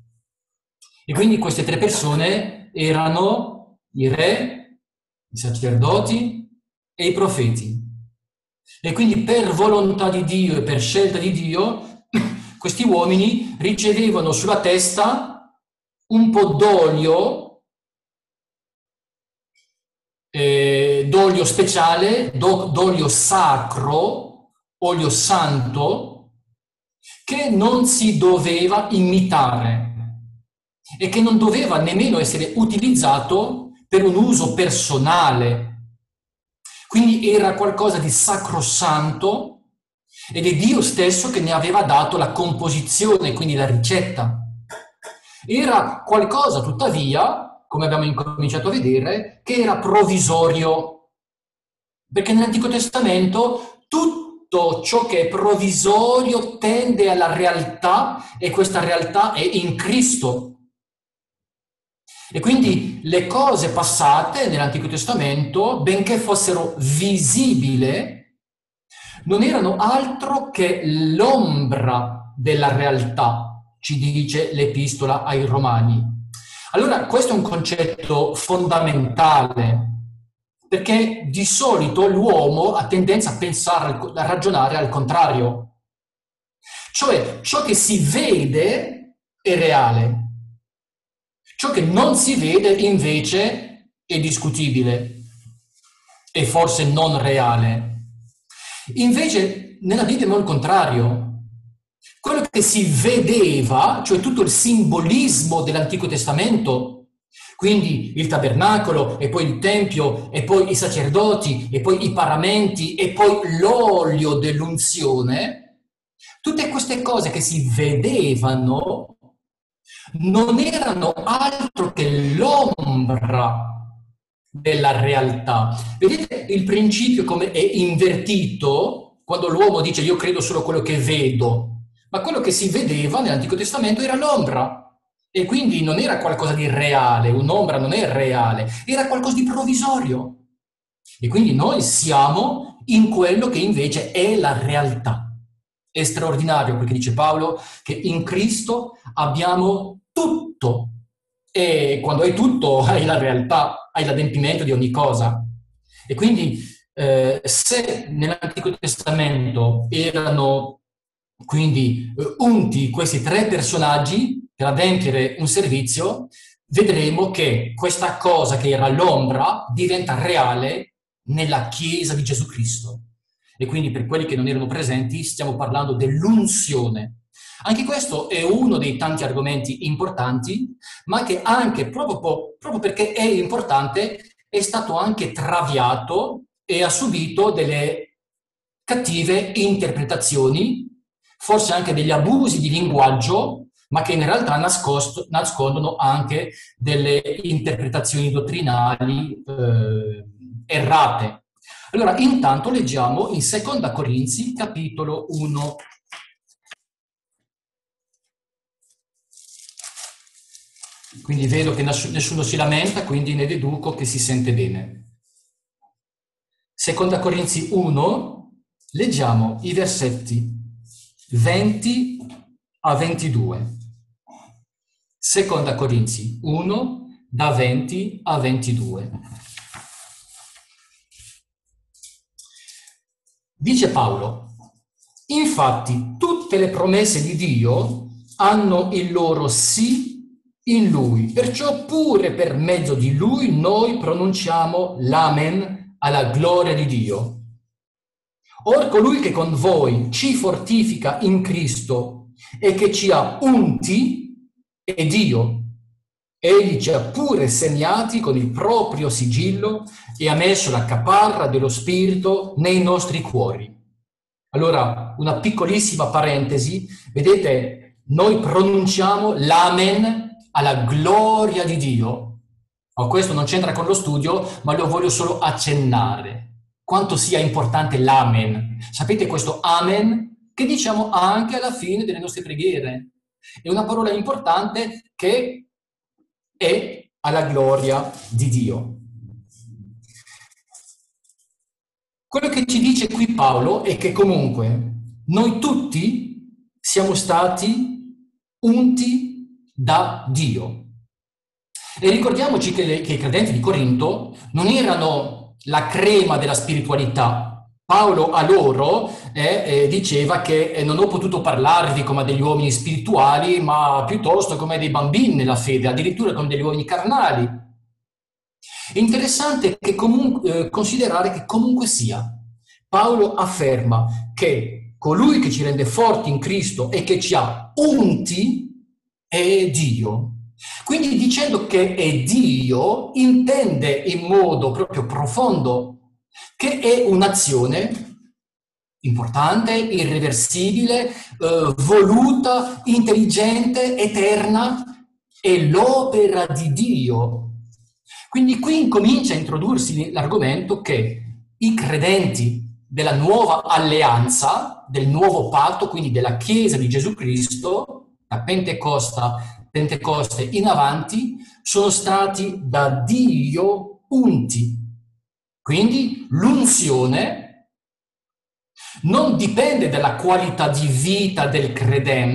E quindi queste tre persone erano i re, i sacerdoti e i profeti. E quindi per volontà di Dio e per scelta di Dio, questi uomini ricevevano sulla testa un po' d'olio, eh, d'olio speciale, do, d'olio sacro, olio santo, che non si doveva imitare e che non doveva nemmeno essere utilizzato per un uso personale. Quindi era qualcosa di sacrosanto ed è Dio stesso che ne aveva dato la composizione, quindi la ricetta. Era qualcosa, tuttavia, come abbiamo incominciato a vedere, che era provvisorio, perché nell'Antico Testamento tutto Tutto ciò che è provvisorio tende alla realtà e questa realtà è in Cristo. E quindi le cose passate nell'Antico Testamento, benché fossero visibili, non erano altro che l'ombra della realtà, ci dice l'Epistola ai Romani. Allora, questo è un concetto fondamentale, perché di solito l'uomo ha tendenza a pensare, a ragionare al contrario. Cioè, ciò che si vede è reale, ciò che non si vede invece è discutibile e forse non reale. Invece nella Bibbia è il contrario. Quello che si vedeva, cioè tutto il simbolismo dell'Antico Testamento, quindi il tabernacolo, e poi il tempio, e poi i sacerdoti, e poi i paramenti, e poi l'olio dell'unzione, tutte queste cose che si vedevano non erano altro che l'ombra della realtà. Vedete il principio come è invertito quando l'uomo dice io credo solo quello che vedo, ma quello che si vedeva nell'Antico Testamento era l'ombra. E quindi non era qualcosa di reale, un'ombra non è reale, era qualcosa di provvisorio. E quindi noi siamo in quello che invece è la realtà. È straordinario perché dice Paolo che in Cristo abbiamo tutto. E quando hai tutto hai la realtà, hai l'adempimento di ogni cosa. E quindi eh, se nell'Antico Testamento erano quindi eh, unti questi tre personaggi per adempiere un servizio, vedremo che questa cosa che era l'ombra diventa reale nella Chiesa di Gesù Cristo. E quindi per quelli che non erano presenti stiamo parlando dell'unzione. Anche questo è uno dei tanti argomenti importanti, ma che anche proprio, proprio perché è importante è stato anche traviato e ha subito delle cattive interpretazioni, forse anche degli abusi di linguaggio, ma che in realtà nascosto, nascondono anche delle interpretazioni dottrinali eh, errate. Allora, intanto leggiamo in Seconda Corinzi, capitolo uno. Quindi vedo che nessuno si lamenta, quindi ne deduco che si sente bene. Seconda Corinzi uno, leggiamo i versetti venti a ventidue. Seconda Corinzi uno, da venti a ventidue. Dice Paolo: infatti tutte le promesse di Dio hanno il loro sì in Lui, perciò pure per mezzo di Lui noi pronunciamo l'Amen alla gloria di Dio. Or colui che con voi ci fortifica in Cristo e che ci ha unti è Dio. Egli ci ha pure segnati con il proprio sigillo e ha messo la caparra dello Spirito nei nostri cuori. Allora, una piccolissima parentesi, vedete, noi pronunciamo l'Amen alla gloria di Dio. Oh, questo non c'entra con lo studio, ma lo voglio solo accennare. Quanto sia importante l'Amen. Sapete questo Amen che diciamo anche alla fine delle nostre preghiere? È una parola importante che è alla gloria di Dio. Quello che ci dice qui Paolo è che comunque noi tutti siamo stati unti da Dio. E ricordiamoci che, le, che i credenti di Corinto non erano la crema della spiritualità. Paolo a loro eh, eh, diceva che eh, non ho potuto parlarvi come a degli uomini spirituali, ma piuttosto come dei bambini nella fede, addirittura come degli uomini carnali. È interessante che comunque, eh, considerare che comunque sia, Paolo afferma che colui che ci rende forti in Cristo e che ci ha unti è Dio. Quindi dicendo che è Dio, intende in modo proprio profondo che è un'azione importante, irreversibile, eh, voluta, intelligente, eterna, è l'opera di Dio. Quindi qui incomincia a introdursi l'argomento che i credenti della nuova alleanza, del nuovo patto, quindi della Chiesa di Gesù Cristo, da Pentecoste, Pentecoste in avanti, sono stati da Dio unti. Quindi l'unzione non dipende dalla qualità di vita del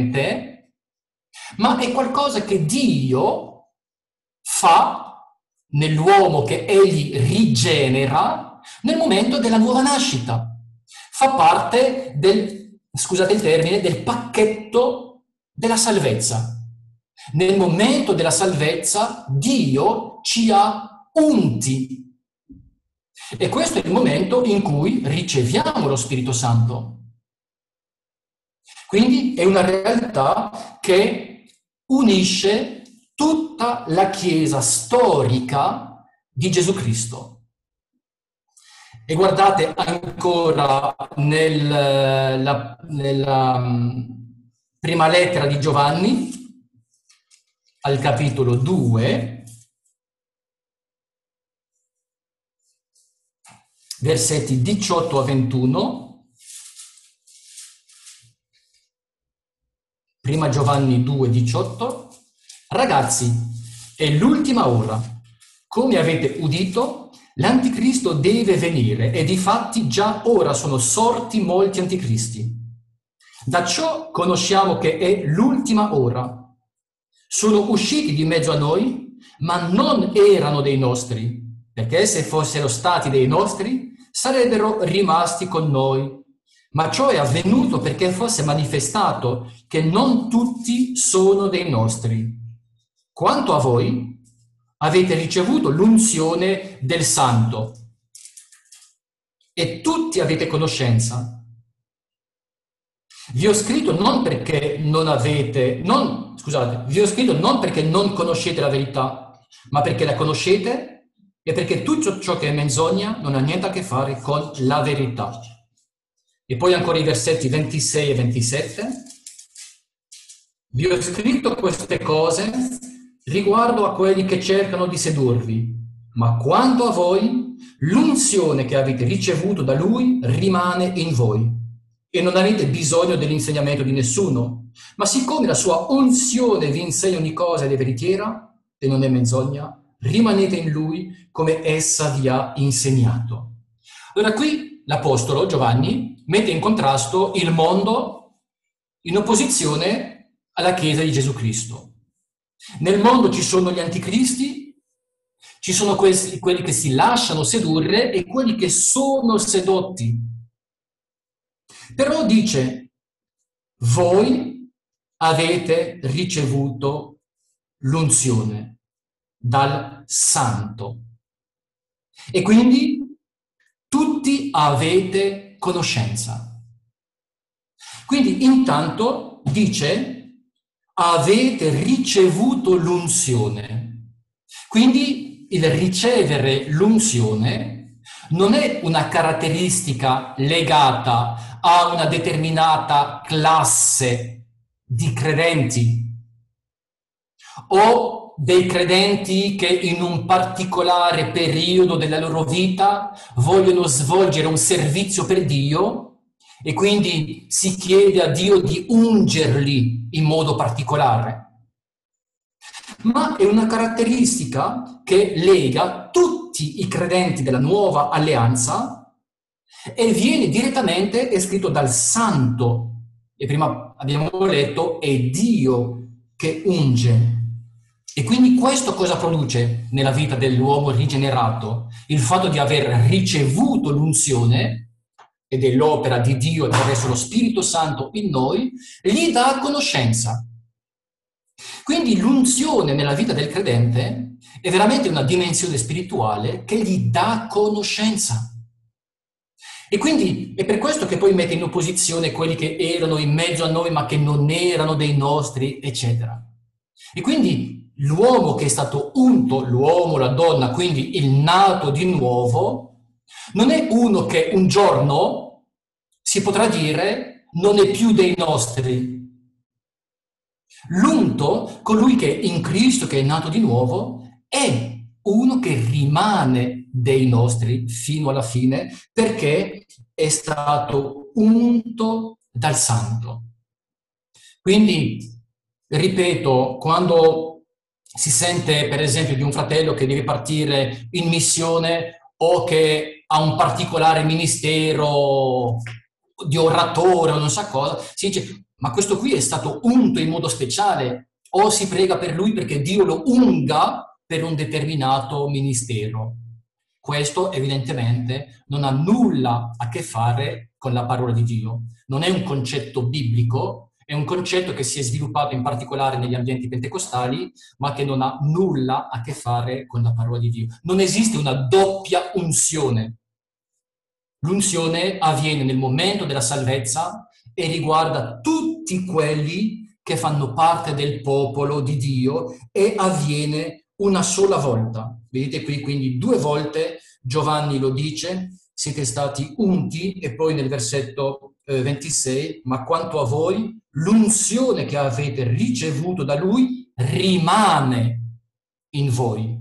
credente, ma è qualcosa che Dio fa nell'uomo che egli rigenera nel momento della nuova nascita. Fa parte del, scusate il termine, del pacchetto della salvezza. Nel momento della salvezza Dio ci ha unti. E questo è il momento in cui riceviamo lo Spirito Santo. Quindi è una realtà che unisce tutta la Chiesa storica di Gesù Cristo. E guardate ancora nel, nella um, prima lettera di Giovanni, al capitolo due, versetti diciotto a ventuno, prima Giovanni due, diciotto. Ragazzi, è l'ultima ora. Come avete udito, l'anticristo deve venire e difatti già ora sono sorti molti anticristi. Da ciò conosciamo che è l'ultima ora. Sono usciti di mezzo a noi, ma non erano dei nostri, perché se fossero stati dei nostri, sarebbero rimasti con noi. Ma ciò è avvenuto perché fosse manifestato che non tutti sono dei nostri. Quanto a voi, avete ricevuto l'unzione del Santo e tutti avete conoscenza. Vi ho scritto non perché non avete, non, scusate, vi ho scritto non perché non conoscete la verità, ma perché la conoscete e perché tutto ciò che è menzogna non ha niente a che fare con la verità. E poi ancora i versetti ventisei e ventisette. Vi ho scritto queste cose riguardo a quelli che cercano di sedurvi, ma quanto a voi, l'unzione che avete ricevuto da Lui rimane in voi e non avete bisogno dell'insegnamento di nessuno, ma siccome la sua unzione vi insegna ogni cosa ed è veritiera e non è menzogna, rimanete in Lui come essa vi ha insegnato. Allora qui l'Apostolo Giovanni mette in contrasto il mondo in opposizione alla Chiesa di Gesù Cristo. Nel mondo ci sono gli anticristi, ci sono questi, quelli che si lasciano sedurre e quelli che sono sedotti. Però dice, voi avete ricevuto l'unzione dal Santo e quindi tutti avete conoscenza. Quindi intanto dice, avete ricevuto l'unzione. Quindi il ricevere l'unzione non è una caratteristica legata a una determinata classe di credenti o dei credenti che in un particolare periodo della loro vita vogliono svolgere un servizio per Dio e quindi si chiede a Dio di ungerli in modo particolare. Ma è una caratteristica che lega tutti i credenti della nuova alleanza e viene direttamente descritto dal Santo. E prima abbiamo letto, è Dio che unge. E quindi questo cosa produce nella vita dell'uomo rigenerato? Il fatto di aver ricevuto l'unzione, ed è l'opera di Dio attraverso lo Spirito Santo in noi, gli dà conoscenza. Quindi l'unzione nella vita del credente è veramente una dimensione spirituale che gli dà conoscenza. E quindi è per questo che poi mette in opposizione quelli che erano in mezzo a noi ma che non erano dei nostri, eccetera. E quindi l'uomo che è stato unto, l'uomo, la donna, quindi il nato di nuovo, non è uno che un giorno si potrà dire non è più dei nostri. L'unto, colui che è in Cristo, che è nato di nuovo, è uno che rimane dei nostri fino alla fine perché è stato unto dal Santo. Quindi, ripeto, quando si sente per esempio di un fratello che deve partire in missione o che ha un particolare ministero di oratore o non sa cosa, si dice ma questo qui è stato unto in modo speciale o si prega per lui perché Dio lo unga per un determinato ministero. Questo evidentemente non ha nulla a che fare con la parola di Dio. Non è un concetto biblico, è un concetto che si è sviluppato in particolare negli ambienti pentecostali, ma che non ha nulla a che fare con la parola di Dio. Non esiste una doppia unzione. L'unzione avviene nel momento della salvezza e riguarda tutti quelli che fanno parte del popolo di Dio e avviene una sola volta. Vedete qui quindi due volte Giovanni lo dice, siete stati unti, e poi nel versetto eh, ventisei, ma quanto a voi, l'unzione che avete ricevuto da lui rimane in voi.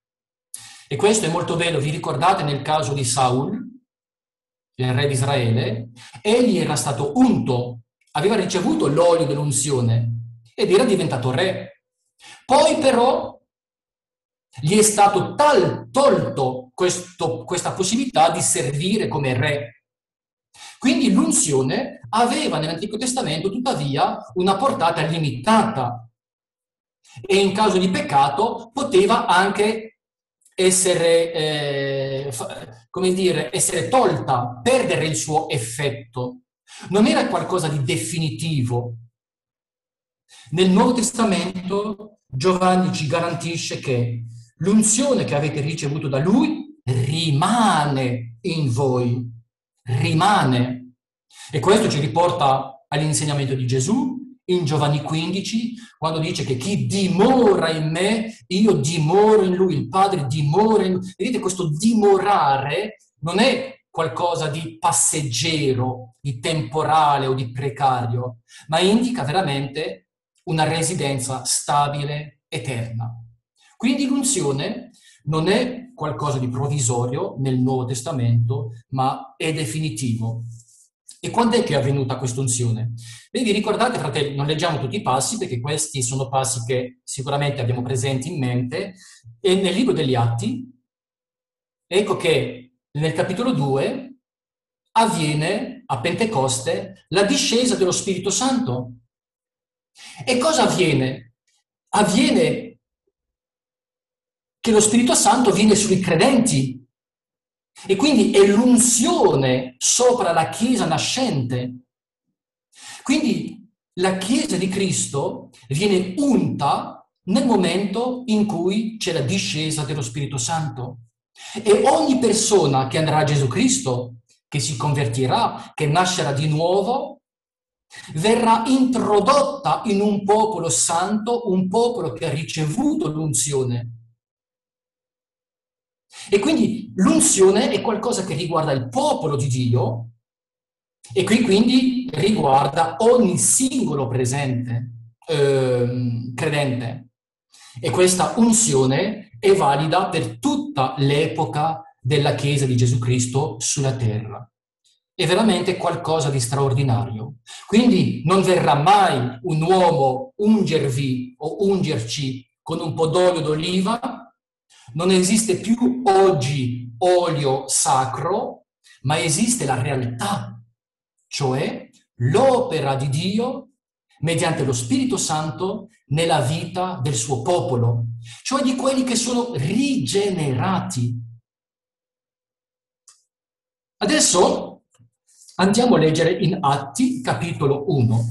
E questo è molto bello, vi ricordate nel caso di Saul, il re di Israele? Egli era stato unto, aveva ricevuto l'olio dell'unzione ed era diventato re. Poi però gli è stato tal, tolto questo, questa possibilità di servire come re. Quindi l'unzione aveva nell'Antico Testamento tuttavia una portata limitata e in caso di peccato poteva anche essere, eh, come dire, essere tolta, perdere il suo effetto. Non era qualcosa di definitivo. Nel Nuovo Testamento Giovanni ci garantisce che l'unzione che avete ricevuto da lui rimane in voi, rimane. E questo ci riporta all'insegnamento di Gesù in Giovanni quindici, quando dice che chi dimora in me, io dimoro in lui, il Padre dimora in lui. Vedete, questo dimorare non è qualcosa di passeggero, di temporale o di precario, ma indica veramente una residenza stabile, eterna. Quindi l'unzione non è qualcosa di provvisorio nel Nuovo Testamento, ma è definitivo. E quando è che è avvenuta questa unzione? Beh, vi ricordate, fratelli, non leggiamo tutti i passi, perché questi sono passi che sicuramente abbiamo presenti in mente, e nel libro degli Atti, ecco che nel capitolo due avviene a Pentecoste la discesa dello Spirito Santo. E cosa avviene? Avviene che lo Spirito Santo viene sui credenti e quindi è l'unzione sopra la Chiesa nascente. Quindi la Chiesa di Cristo viene unta nel momento in cui c'è la discesa dello Spirito Santo. E ogni persona che andrà a Gesù Cristo, che si convertirà, che nascerà di nuovo, verrà introdotta in un popolo santo, un popolo che ha ricevuto l'unzione. E quindi l'unzione è qualcosa che riguarda il popolo di Dio e qui quindi riguarda ogni singolo presente, ehm, credente. E questa unzione è valida per tutta l'epoca della Chiesa di Gesù Cristo sulla terra. È veramente qualcosa di straordinario. Quindi non verrà mai un uomo ungervi o ungerci con un po' d'olio d'oliva. Non esiste più oggi olio sacro, ma esiste la realtà, cioè l'opera di Dio mediante lo Spirito Santo nella vita del suo popolo, cioè di quelli che sono rigenerati. Adesso andiamo a leggere in Atti, capitolo uno.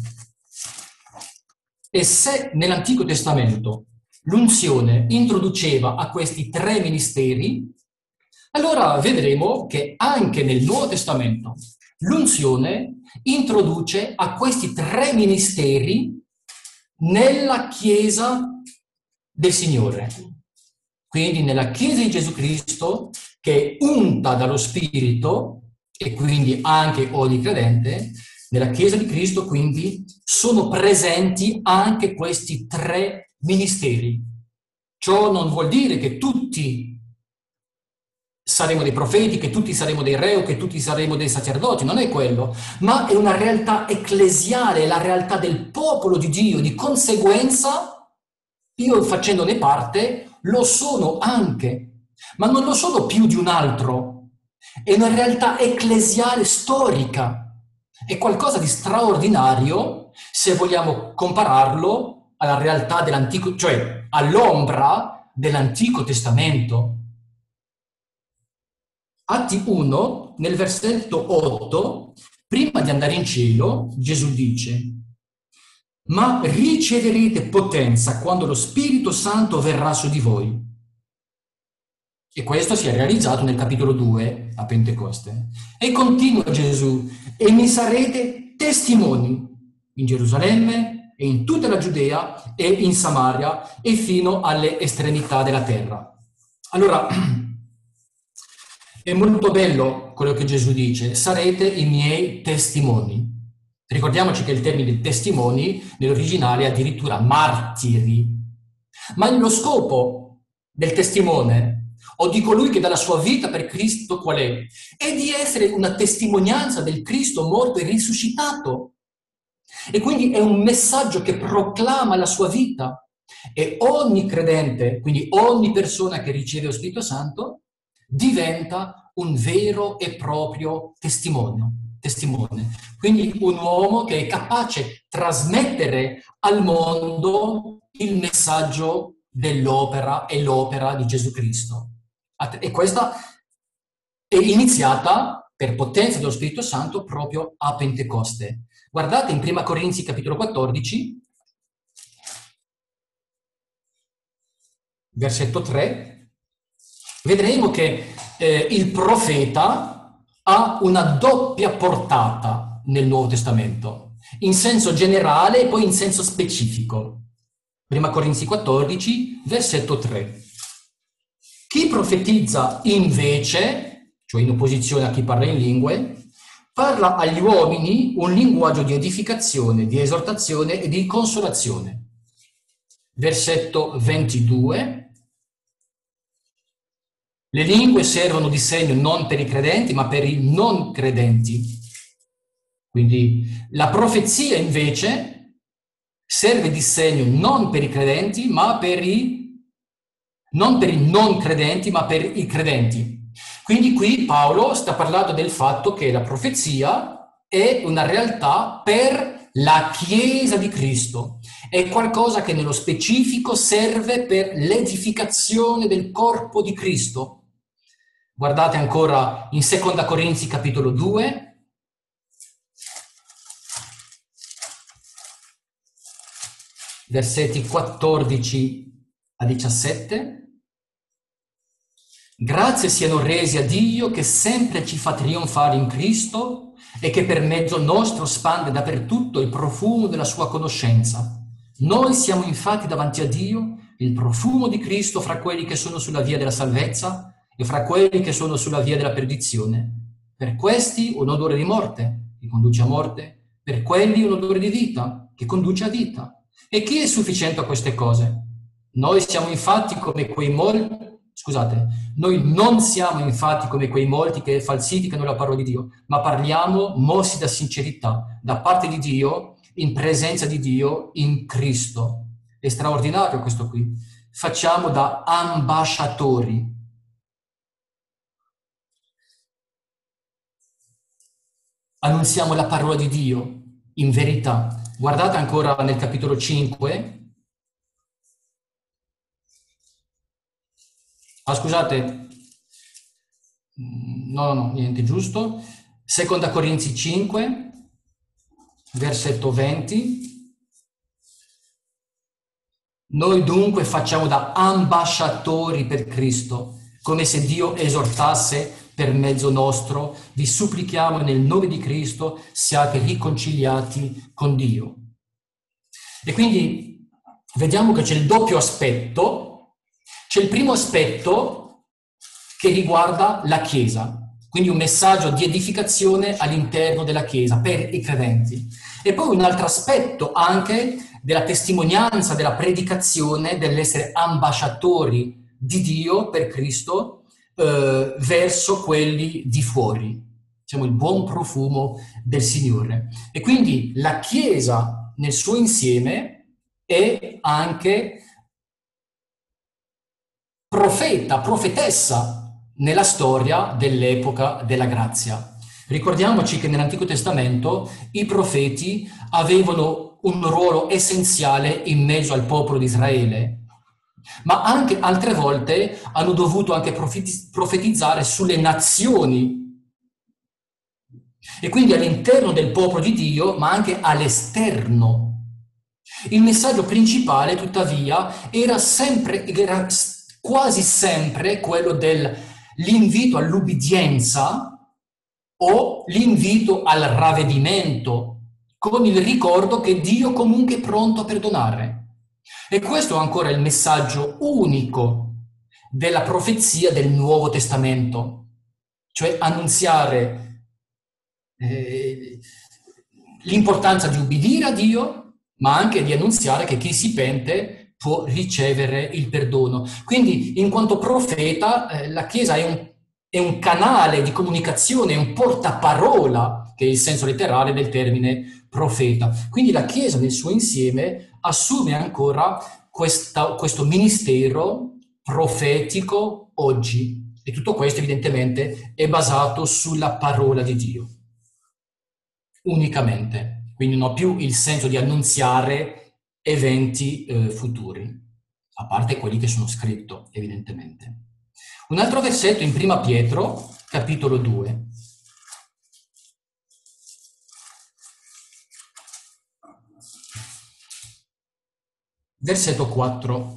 E se nell'Antico Testamento l'unzione introduceva a questi tre ministeri, allora vedremo che anche nel Nuovo Testamento l'unzione introduce a questi tre ministeri nella Chiesa del Signore. Quindi nella Chiesa di Gesù Cristo, che è unta dallo Spirito, e quindi anche ogni credente, nella Chiesa di Cristo quindi sono presenti anche questi tre ministeri. Ciò non vuol dire che tutti saremo dei profeti, che tutti saremo dei re o che tutti saremo dei sacerdoti, non è quello, ma è una realtà ecclesiale, è la realtà del popolo di Dio. Di conseguenza, io facendone parte, lo sono anche, ma non lo sono più di un altro. È una realtà ecclesiale storica, è qualcosa di straordinario se vogliamo compararlo alla realtà dell'antico, cioè all'ombra dell'Antico Testamento. Atti uno, nel versetto otto, prima di andare in cielo, Gesù dice: ma riceverete potenza quando lo Spirito Santo verrà su di voi. E questo si è realizzato nel capitolo due, a Pentecoste. E continua Gesù: e mi sarete testimoni in Gerusalemme e in tutta la Giudea e in Samaria e fino alle estremità della terra. Allora, è molto bello quello che Gesù dice: sarete i miei testimoni. Ricordiamoci che il termine testimoni nell'originale è addirittura martiri. Ma lo scopo del testimone o di colui che dà la sua vita per Cristo qual è? È di essere una testimonianza del Cristo morto e risuscitato. E quindi è un messaggio che proclama la sua vita. E ogni credente, quindi ogni persona che riceve lo Spirito Santo, diventa un vero e proprio testimone. testimone. Quindi un uomo che è capace di trasmettere al mondo il messaggio dell'opera e l'opera di Gesù Cristo. E questa è iniziata per potenza dello Spirito Santo proprio a Pentecoste. Guardate in Prima Corinzi capitolo quattordici, versetto tre, vedremo che eh, il profeta ha una doppia portata nel Nuovo Testamento, in senso generale e poi in senso specifico. Prima Corinzi quattordici, versetto tre. Chi profetizza invece, cioè in opposizione a chi parla in lingue, parla agli uomini un linguaggio di edificazione, di esortazione e di consolazione. Versetto ventidue. Le lingue servono di segno non per i credenti, ma per i non credenti. Quindi la profezia invece serve di segno non per i credenti, ma per i non per i non credenti, ma per i credenti. Quindi qui Paolo sta parlando del fatto che la profezia è una realtà per la Chiesa di Cristo. È qualcosa che nello specifico serve per l'edificazione del corpo di Cristo. Guardate ancora in Seconda Corinzi capitolo due. Versetti quattordici a diciassette. Grazie siano resi a Dio che sempre ci fa trionfare in Cristo e che per mezzo nostro spande dappertutto il profumo della sua conoscenza. Noi siamo infatti davanti a Dio il profumo di Cristo fra quelli che sono sulla via della salvezza e fra quelli che sono sulla via della perdizione. Per questi un odore di morte che conduce a morte, per quelli un odore di vita che conduce a vita. E chi è sufficiente a queste cose? Noi siamo infatti come quei molti Scusate, noi non siamo infatti come quei molti che falsificano la parola di Dio, ma parliamo mossi da sincerità, da parte di Dio, in presenza di Dio, in Cristo. È straordinario questo qui. Facciamo da ambasciatori. Annunziamo la parola di Dio in verità. Guardate ancora nel capitolo cinque. Ah, scusate, no, no, niente, giusto. Seconda Corinzi cinque, versetto venti. Noi dunque facciamo da ambasciatori per Cristo, come se Dio esortasse per mezzo nostro, vi supplichiamo nel nome di Cristo, siate riconciliati con Dio. E quindi vediamo che c'è il doppio aspetto. C'è il primo aspetto che riguarda la Chiesa, quindi un messaggio di edificazione all'interno della Chiesa per i credenti. E poi un altro aspetto anche della testimonianza, della predicazione, dell'essere ambasciatori di Dio per Cristo eh, verso quelli di fuori. Diciamo il buon profumo del Signore. E quindi la Chiesa nel suo insieme è anche profeta, profetessa nella storia dell'epoca della grazia. Ricordiamoci che nell'Antico Testamento i profeti avevano un ruolo essenziale in mezzo al popolo di Israele. ma anche altre volte hanno dovuto anche profetizzare sulle nazioni. E quindi all'interno del popolo di Dio, ma anche all'esterno. Il messaggio principale, tuttavia, era sempre, era quasi sempre quello dell'invito all'ubbidienza o l'invito al ravvedimento, con il ricordo che Dio comunque è pronto a perdonare. E questo è ancora il messaggio unico della profezia del Nuovo Testamento, cioè annunziare eh, l'importanza di ubbidire a Dio, ma anche di annunziare che chi si pente può ricevere il perdono. Quindi, in quanto profeta, eh, la Chiesa è un, è un canale di comunicazione, è un portaparola, che è il senso letterale del termine profeta. Quindi la Chiesa nel suo insieme assume ancora questa, questo ministero profetico oggi. E tutto questo evidentemente è basato sulla parola di Dio, unicamente. Quindi non ho più il senso di annunziare eventi eh, futuri, a parte quelli che sono scritti, evidentemente. Un altro versetto in Prima Pietro, capitolo due. Versetto quattro.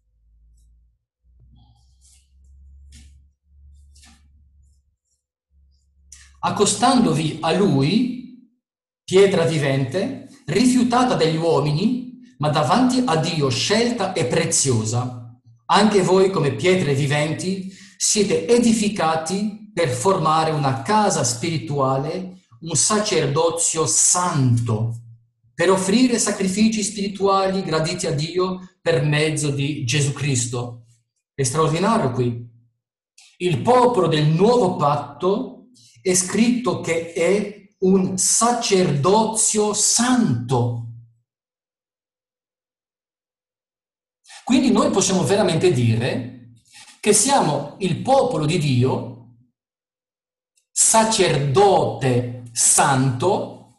Accostandovi a lui, pietra vivente, rifiutata dagli uomini, ma davanti a Dio scelta e preziosa, anche voi come pietre viventi siete edificati per formare una casa spirituale, un sacerdozio santo, per offrire sacrifici spirituali graditi a Dio per mezzo di Gesù Cristo. È straordinario qui. Il popolo del nuovo patto è scritto che è un sacerdozio santo. Quindi noi possiamo veramente dire che siamo il popolo di Dio, sacerdote santo,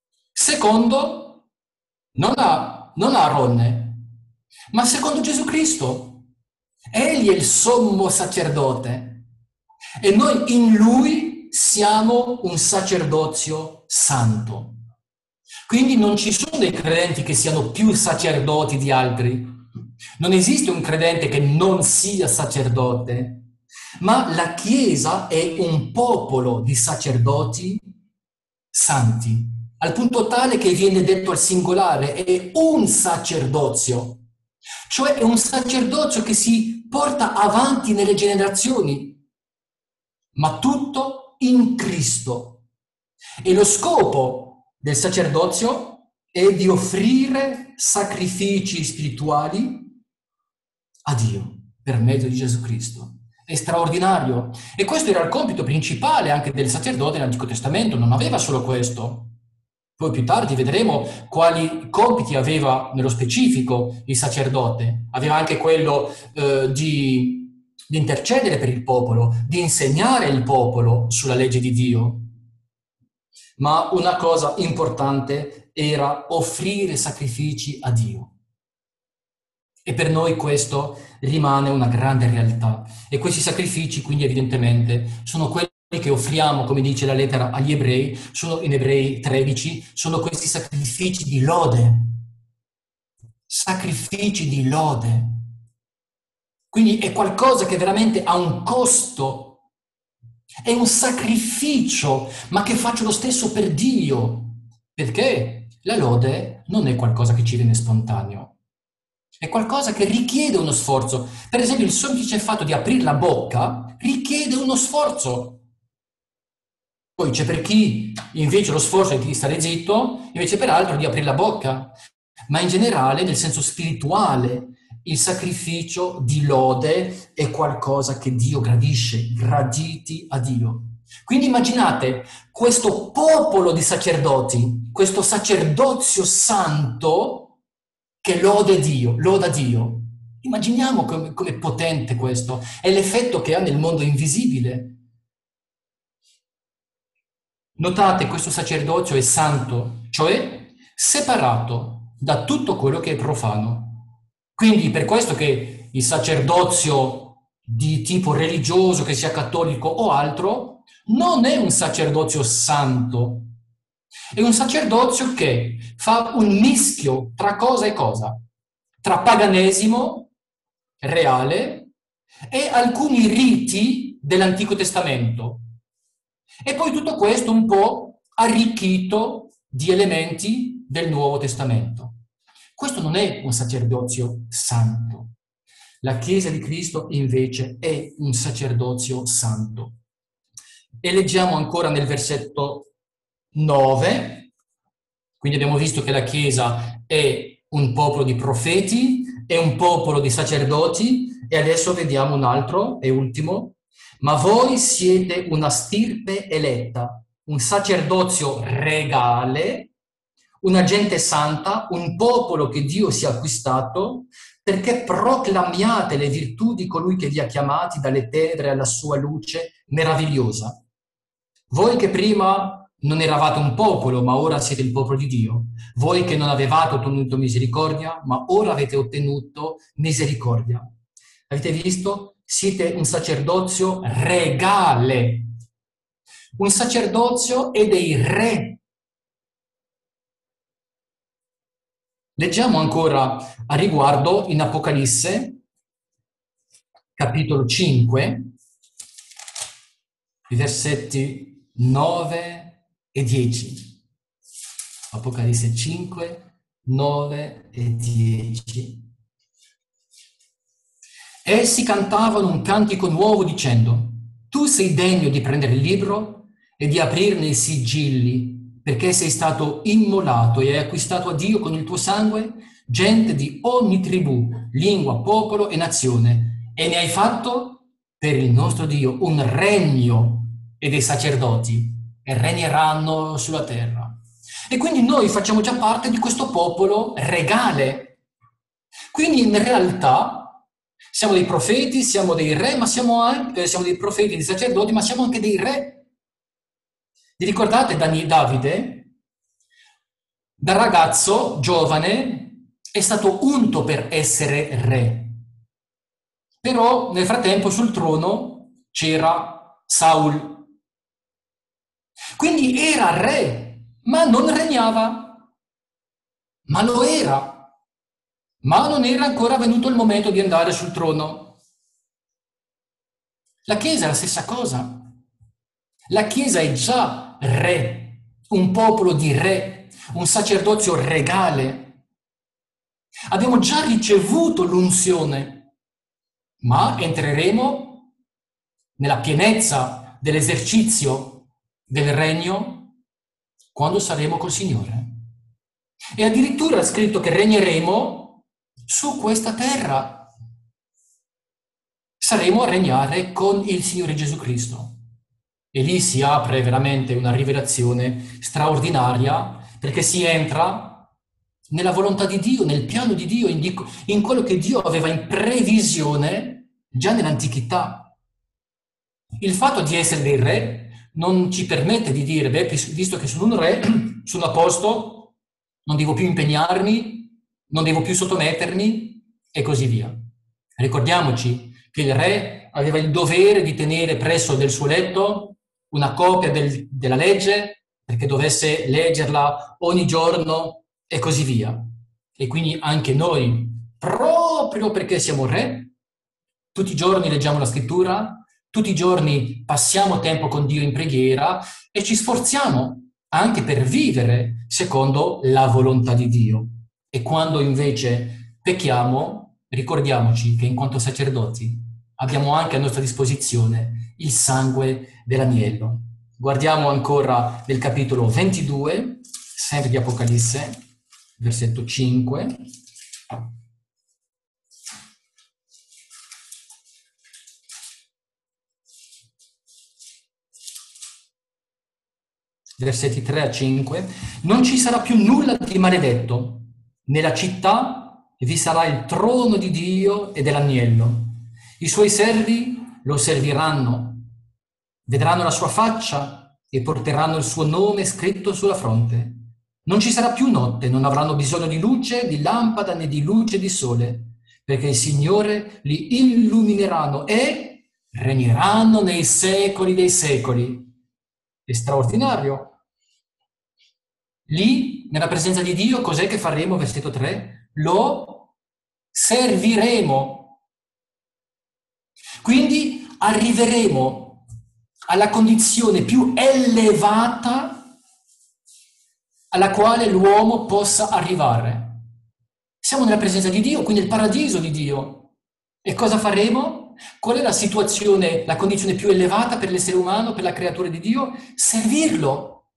secondo non a, non a Aronne, ma secondo Gesù Cristo. Egli è il sommo sacerdote e noi in lui siamo un sacerdozio santo. Quindi non ci sono dei credenti che siano più sacerdoti di altri. Non esiste un credente che non sia sacerdote, ma la Chiesa è un popolo di sacerdoti santi, al punto tale che viene detto al singolare, è un sacerdozio, cioè è un sacerdozio che si porta avanti nelle generazioni, ma tutto in Cristo. E lo scopo del sacerdozio è di offrire sacrifici spirituali a Dio per mezzo di Gesù Cristo. È straordinario. E questo era il compito principale anche del sacerdote nell'Antico Testamento, non aveva solo questo. Poi più tardi vedremo quali compiti aveva nello specifico il sacerdote. Aveva anche quello eh, di, di intercedere per il popolo, di insegnare il popolo sulla legge di Dio. Ma una cosa importante era offrire sacrifici a Dio. E per noi questo rimane una grande realtà. E questi sacrifici, quindi, evidentemente, sono quelli che offriamo, come dice la lettera agli ebrei, sono in Ebrei tredici, sono questi sacrifici di lode. Sacrifici di lode. Quindi è qualcosa che veramente ha un costo. È un sacrificio, ma che faccio lo stesso per Dio. Perché la lode non è qualcosa che ci viene spontaneo. È qualcosa che richiede uno sforzo. Per esempio, il semplice fatto di aprire la bocca richiede uno sforzo. Poi c'è per chi invece lo sforzo è di stare zitto, invece per altro di aprire la bocca. Ma in generale, nel senso spirituale, il sacrificio di lode è qualcosa che Dio gradisce, graditi a Dio. Quindi immaginate questo popolo di sacerdoti, questo sacerdozio santo che lode Dio, loda Dio. Immaginiamo come, come è potente questo. È l'effetto che ha nel mondo invisibile. Notate, questo sacerdozio è santo, cioè separato da tutto quello che è profano. Quindi per questo che il sacerdozio di tipo religioso, che sia cattolico o altro, non è un sacerdozio santo. È un sacerdozio che fa un mischio tra cosa e cosa? Tra paganesimo reale e alcuni riti dell'Antico Testamento. E poi tutto questo un po' arricchito di elementi del Nuovo Testamento. Questo non è un sacerdozio santo. La Chiesa di Cristo invece è un sacerdozio santo. E leggiamo ancora nel versetto nove, quindi abbiamo visto che la Chiesa è un popolo di profeti, è un popolo di sacerdoti, e adesso vediamo un altro e ultimo. Ma voi siete una stirpe eletta, un sacerdozio regale, una gente santa, un popolo che Dio si è acquistato, perché proclamiate le virtù di colui che vi ha chiamati dalle tenebre alla sua luce meravigliosa. Voi che prima non eravate un popolo, ma ora siete il popolo di Dio. Voi che non avevate ottenuto misericordia, ma ora avete ottenuto misericordia. Avete visto? Siete un sacerdozio regale. Un sacerdozio e dei re. Leggiamo ancora a riguardo in Apocalisse, capitolo cinque, i versetti nove e dieci. Apocalisse cinque, nove e dieci. Essi cantavano un cantico nuovo dicendo: tu sei degno di prendere il libro e di aprirne i sigilli, perché sei stato immolato e hai acquistato a Dio con il tuo sangue gente di ogni tribù, lingua, popolo e nazione, e ne hai fatto per il nostro Dio un regno e dei sacerdoti, e regneranno sulla terra. E quindi noi facciamo già parte di questo popolo regale. Quindi in realtà siamo dei profeti, siamo dei re, ma siamo anche, siamo dei profeti, dei sacerdoti, ma siamo anche dei re. Vi ricordate Davide? Da ragazzo, giovane, è stato unto per essere re. Però nel frattempo sul trono c'era Saul. Quindi era re, ma non regnava. Ma lo era. Ma non era ancora venuto il momento di andare sul trono. La Chiesa è la stessa cosa. La Chiesa è già re, un popolo di re, un sacerdozio regale. Abbiamo già ricevuto l'unzione, ma entreremo nella pienezza dell'esercizio del regno quando saremo col Signore. E addirittura è scritto che regneremo su questa terra. Saremo a regnare con il Signore Gesù Cristo. E lì si apre veramente una rivelazione straordinaria, perché si entra nella volontà di Dio, nel piano di Dio, in, in quello che Dio aveva in previsione già nell'antichità. Il fatto di essere dei re non ci permette di dire, beh, visto che sono un re, sono a posto, non devo più impegnarmi, non devo più sottomettermi, e così via. Ricordiamoci che il re aveva il dovere di tenere presso del suo letto una copia del, della legge, perché dovesse leggerla ogni giorno, e così via. E quindi anche noi, proprio perché siamo re, tutti i giorni leggiamo la scrittura, tutti i giorni passiamo tempo con Dio in preghiera e ci sforziamo anche per vivere secondo la volontà di Dio. E quando invece pecchiamo, ricordiamoci che in quanto sacerdoti abbiamo anche a nostra disposizione il sangue dell'agnello. Guardiamo ancora nel capitolo ventidue, sempre di Apocalisse, versetto cinque. Versetti tre a cinque. Non ci sarà più nulla di maledetto. Nella città vi sarà il trono di Dio e dell'agnello. I suoi servi lo serviranno, vedranno la sua faccia e porteranno il suo nome scritto sulla fronte. Non ci sarà più notte, non avranno bisogno di luce, di lampada né di luce di sole, perché il Signore li illumineranno e regneranno nei secoli dei secoli. È straordinario. Lì, nella presenza di Dio, cos'è che faremo? Versetto tre. Lo serviremo. Quindi arriveremo alla condizione più elevata alla quale l'uomo possa arrivare. Siamo nella presenza di Dio, quindi nel paradiso di Dio. E cosa faremo? Qual è la situazione, la condizione più elevata per l'essere umano, per la creatura di Dio? Servirlo.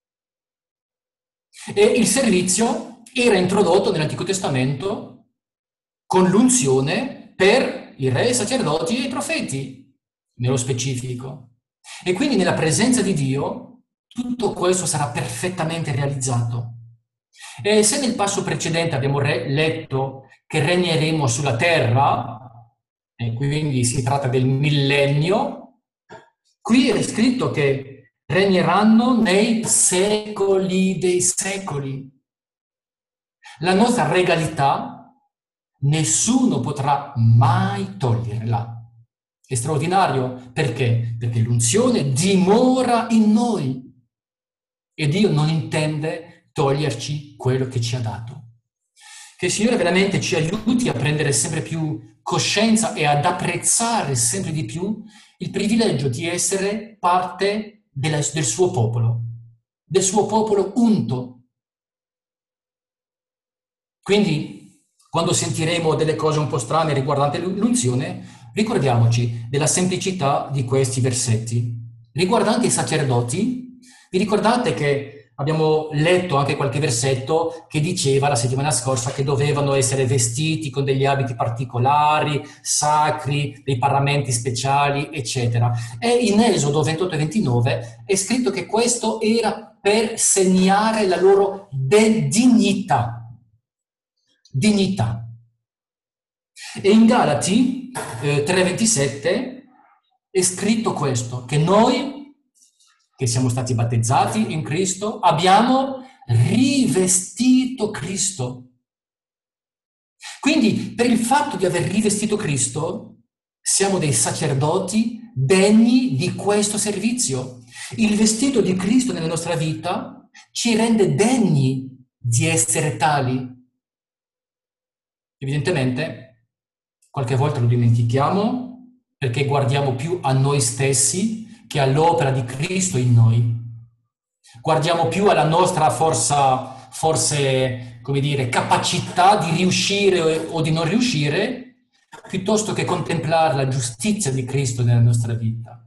E il servizio era introdotto nell'Antico Testamento con l'unzione per i re, i sacerdoti e i profeti, nello specifico. E quindi nella presenza di Dio tutto questo sarà perfettamente realizzato. E se nel passo precedente abbiamo re- letto che regneremo sulla terra, e quindi si tratta del millennio, qui è scritto che regneranno nei secoli dei secoli. La nostra regalità nessuno potrà mai toglierla. È straordinario. Perché? Perché l'unzione dimora in noi e Dio non intende toglierci quello che ci ha dato. Che il Signore veramente ci aiuti a prendere sempre più coscienza e ad apprezzare sempre di più il privilegio di essere parte della, del suo popolo, del suo popolo unto. Quindi, quando sentiremo delle cose un po' strane riguardanti l'unzione, ricordiamoci della semplicità di questi versetti. Riguardanti i sacerdoti, vi ricordate che abbiamo letto anche qualche versetto che diceva la settimana scorsa che dovevano essere vestiti con degli abiti particolari, sacri, dei paramenti speciali, eccetera. E in Esodo ventotto e ventinove è scritto che questo era per segnare la loro de- dignità. Dignità. E in Galati eh, tre ventisette è scritto questo, che noi che siamo stati battezzati in Cristo, abbiamo rivestito Cristo. Quindi, per il fatto di aver rivestito Cristo, siamo dei sacerdoti degni di questo servizio. Il vestito di Cristo nella nostra vita ci rende degni di essere tali. Evidentemente, qualche volta lo dimentichiamo perché guardiamo più a noi stessi che all'opera di Cristo in noi. Guardiamo più alla nostra forza, forse, come dire, capacità di riuscire o di non riuscire, piuttosto che contemplare la giustizia di Cristo nella nostra vita.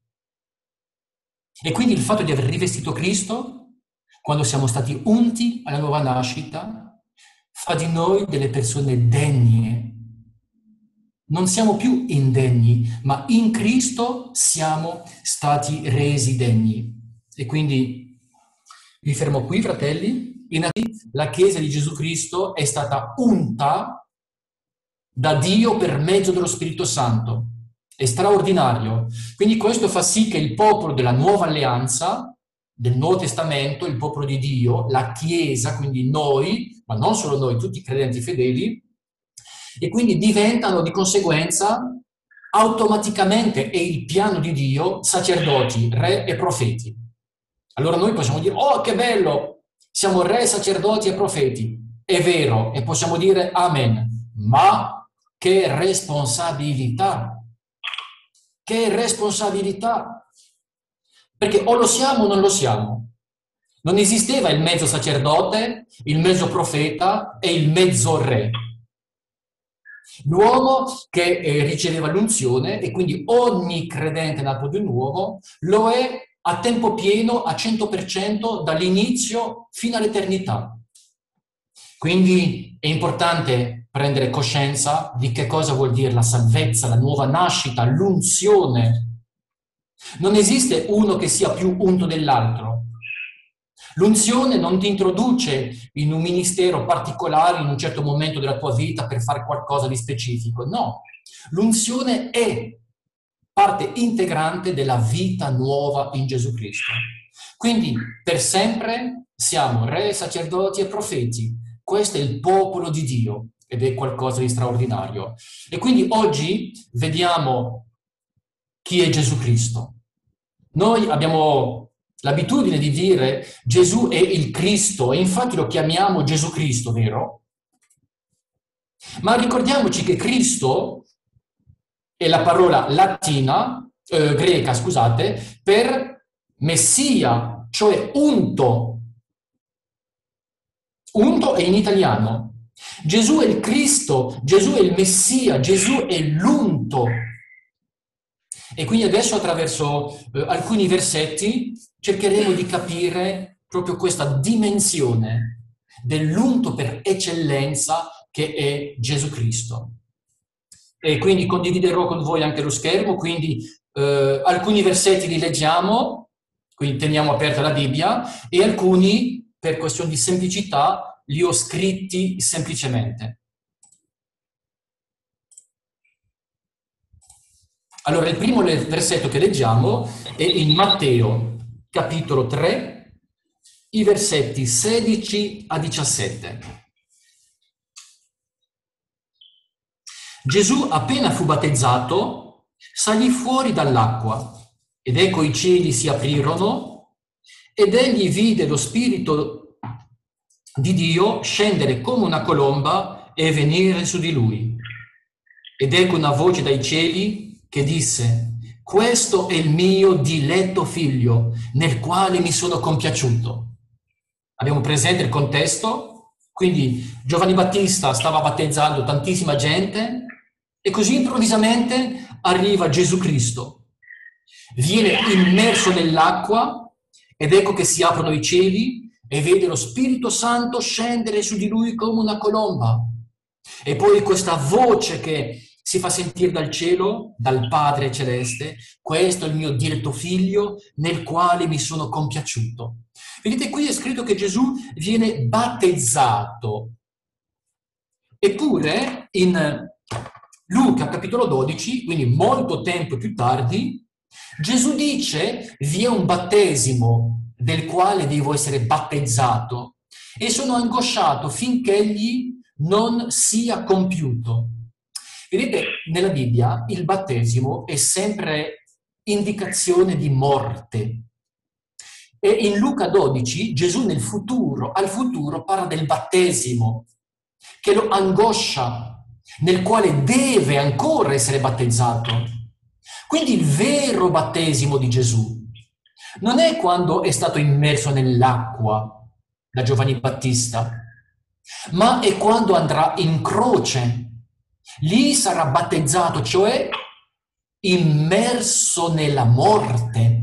E quindi il fatto di aver rivestito Cristo, quando siamo stati unti alla nuova nascita, fa di noi delle persone degne. Non siamo più indegni, ma in Cristo siamo stati resi degni. E quindi vi fermo qui, fratelli. Innanzitutto, la Chiesa di Gesù Cristo è stata unta da Dio per mezzo dello Spirito Santo. È straordinario. Quindi questo fa sì che il popolo della nuova alleanza, del Nuovo Testamento, il popolo di Dio, la Chiesa, quindi noi, ma non solo noi, tutti i credenti fedeli, e quindi diventano di conseguenza automaticamente, è il piano di Dio, sacerdoti, re e profeti. Allora noi possiamo dire, oh che bello, siamo re, sacerdoti e profeti. È vero, e possiamo dire amen, ma che responsabilità, che responsabilità, perché o lo siamo o non lo siamo. Non esisteva il mezzo sacerdote, il mezzo profeta e il mezzo re. L'uomo che eh, riceveva l'unzione, e quindi ogni credente nato di nuovo lo è a tempo pieno, a cento per cento dall'inizio fino all'eternità. Quindi è importante prendere coscienza di che cosa vuol dire la salvezza, la nuova nascita, l'unzione. Non esiste uno che sia più unto dell'altro. L'unzione non ti introduce in un ministero particolare in un certo momento della tua vita per fare qualcosa di specifico, no. L'unzione è parte integrante della vita nuova in Gesù Cristo. Quindi per sempre siamo re, sacerdoti e profeti. Questo è il popolo di Dio. ed è qualcosa di straordinario. E quindi oggi vediamo chi è Gesù Cristo. Noi abbiamo l'abitudine di dire Gesù è il Cristo e infatti lo chiamiamo Gesù Cristo, vero? Ma ricordiamoci che Cristo è la parola latina, eh, greca, scusate, per Messia, cioè unto. Unto è in italiano. Gesù è il Cristo, Gesù è il Messia, Gesù è l'unto. E quindi adesso attraverso eh, alcuni versetti cercheremo di capire proprio questa dimensione dell'unto per eccellenza che è Gesù Cristo. E quindi condividerò con voi anche lo schermo, quindi eh, alcuni versetti li leggiamo, quindi teniamo aperta la Bibbia, e alcuni, per questione di semplicità, li ho scritti semplicemente. Allora, il primo versetto che leggiamo è in Matteo, capitolo tre, i versetti sedici a diciassette. Gesù, appena fu battezzato, salì fuori dall'acqua, ed ecco i cieli si aprirono, ed egli vide lo Spirito di Dio scendere come una colomba e venire su di lui. Ed ecco una voce dai cieli che disse: questo è il mio diletto figlio, nel quale mi sono compiaciuto. Abbiamo presente il contesto? Quindi Giovanni Battista stava battezzando tantissima gente e così improvvisamente arriva Gesù Cristo. Viene immerso nell'acqua ed ecco che si aprono i cieli e vede lo Spirito Santo scendere su di lui come una colomba. E poi questa voce che si fa sentire dal cielo, dal Padre Celeste: questo è il mio diletto figlio nel quale mi sono compiaciuto. Vedete, qui è scritto che Gesù viene battezzato. Eppure in Luca capitolo dodici, quindi molto tempo più tardi, Gesù dice: vi è un battesimo del quale devo essere battezzato e sono angosciato finché egli non sia compiuto. Vedete, nella Bibbia il battesimo è sempre indicazione di morte. E in Luca dodici Gesù nel futuro, al futuro, parla del battesimo, che lo angoscia, nel quale deve ancora essere battezzato. Quindi il vero battesimo di Gesù non è quando è stato immerso nell'acqua da Giovanni Battista, ma è quando andrà in croce. Lì sarà battezzato, cioè immerso nella morte.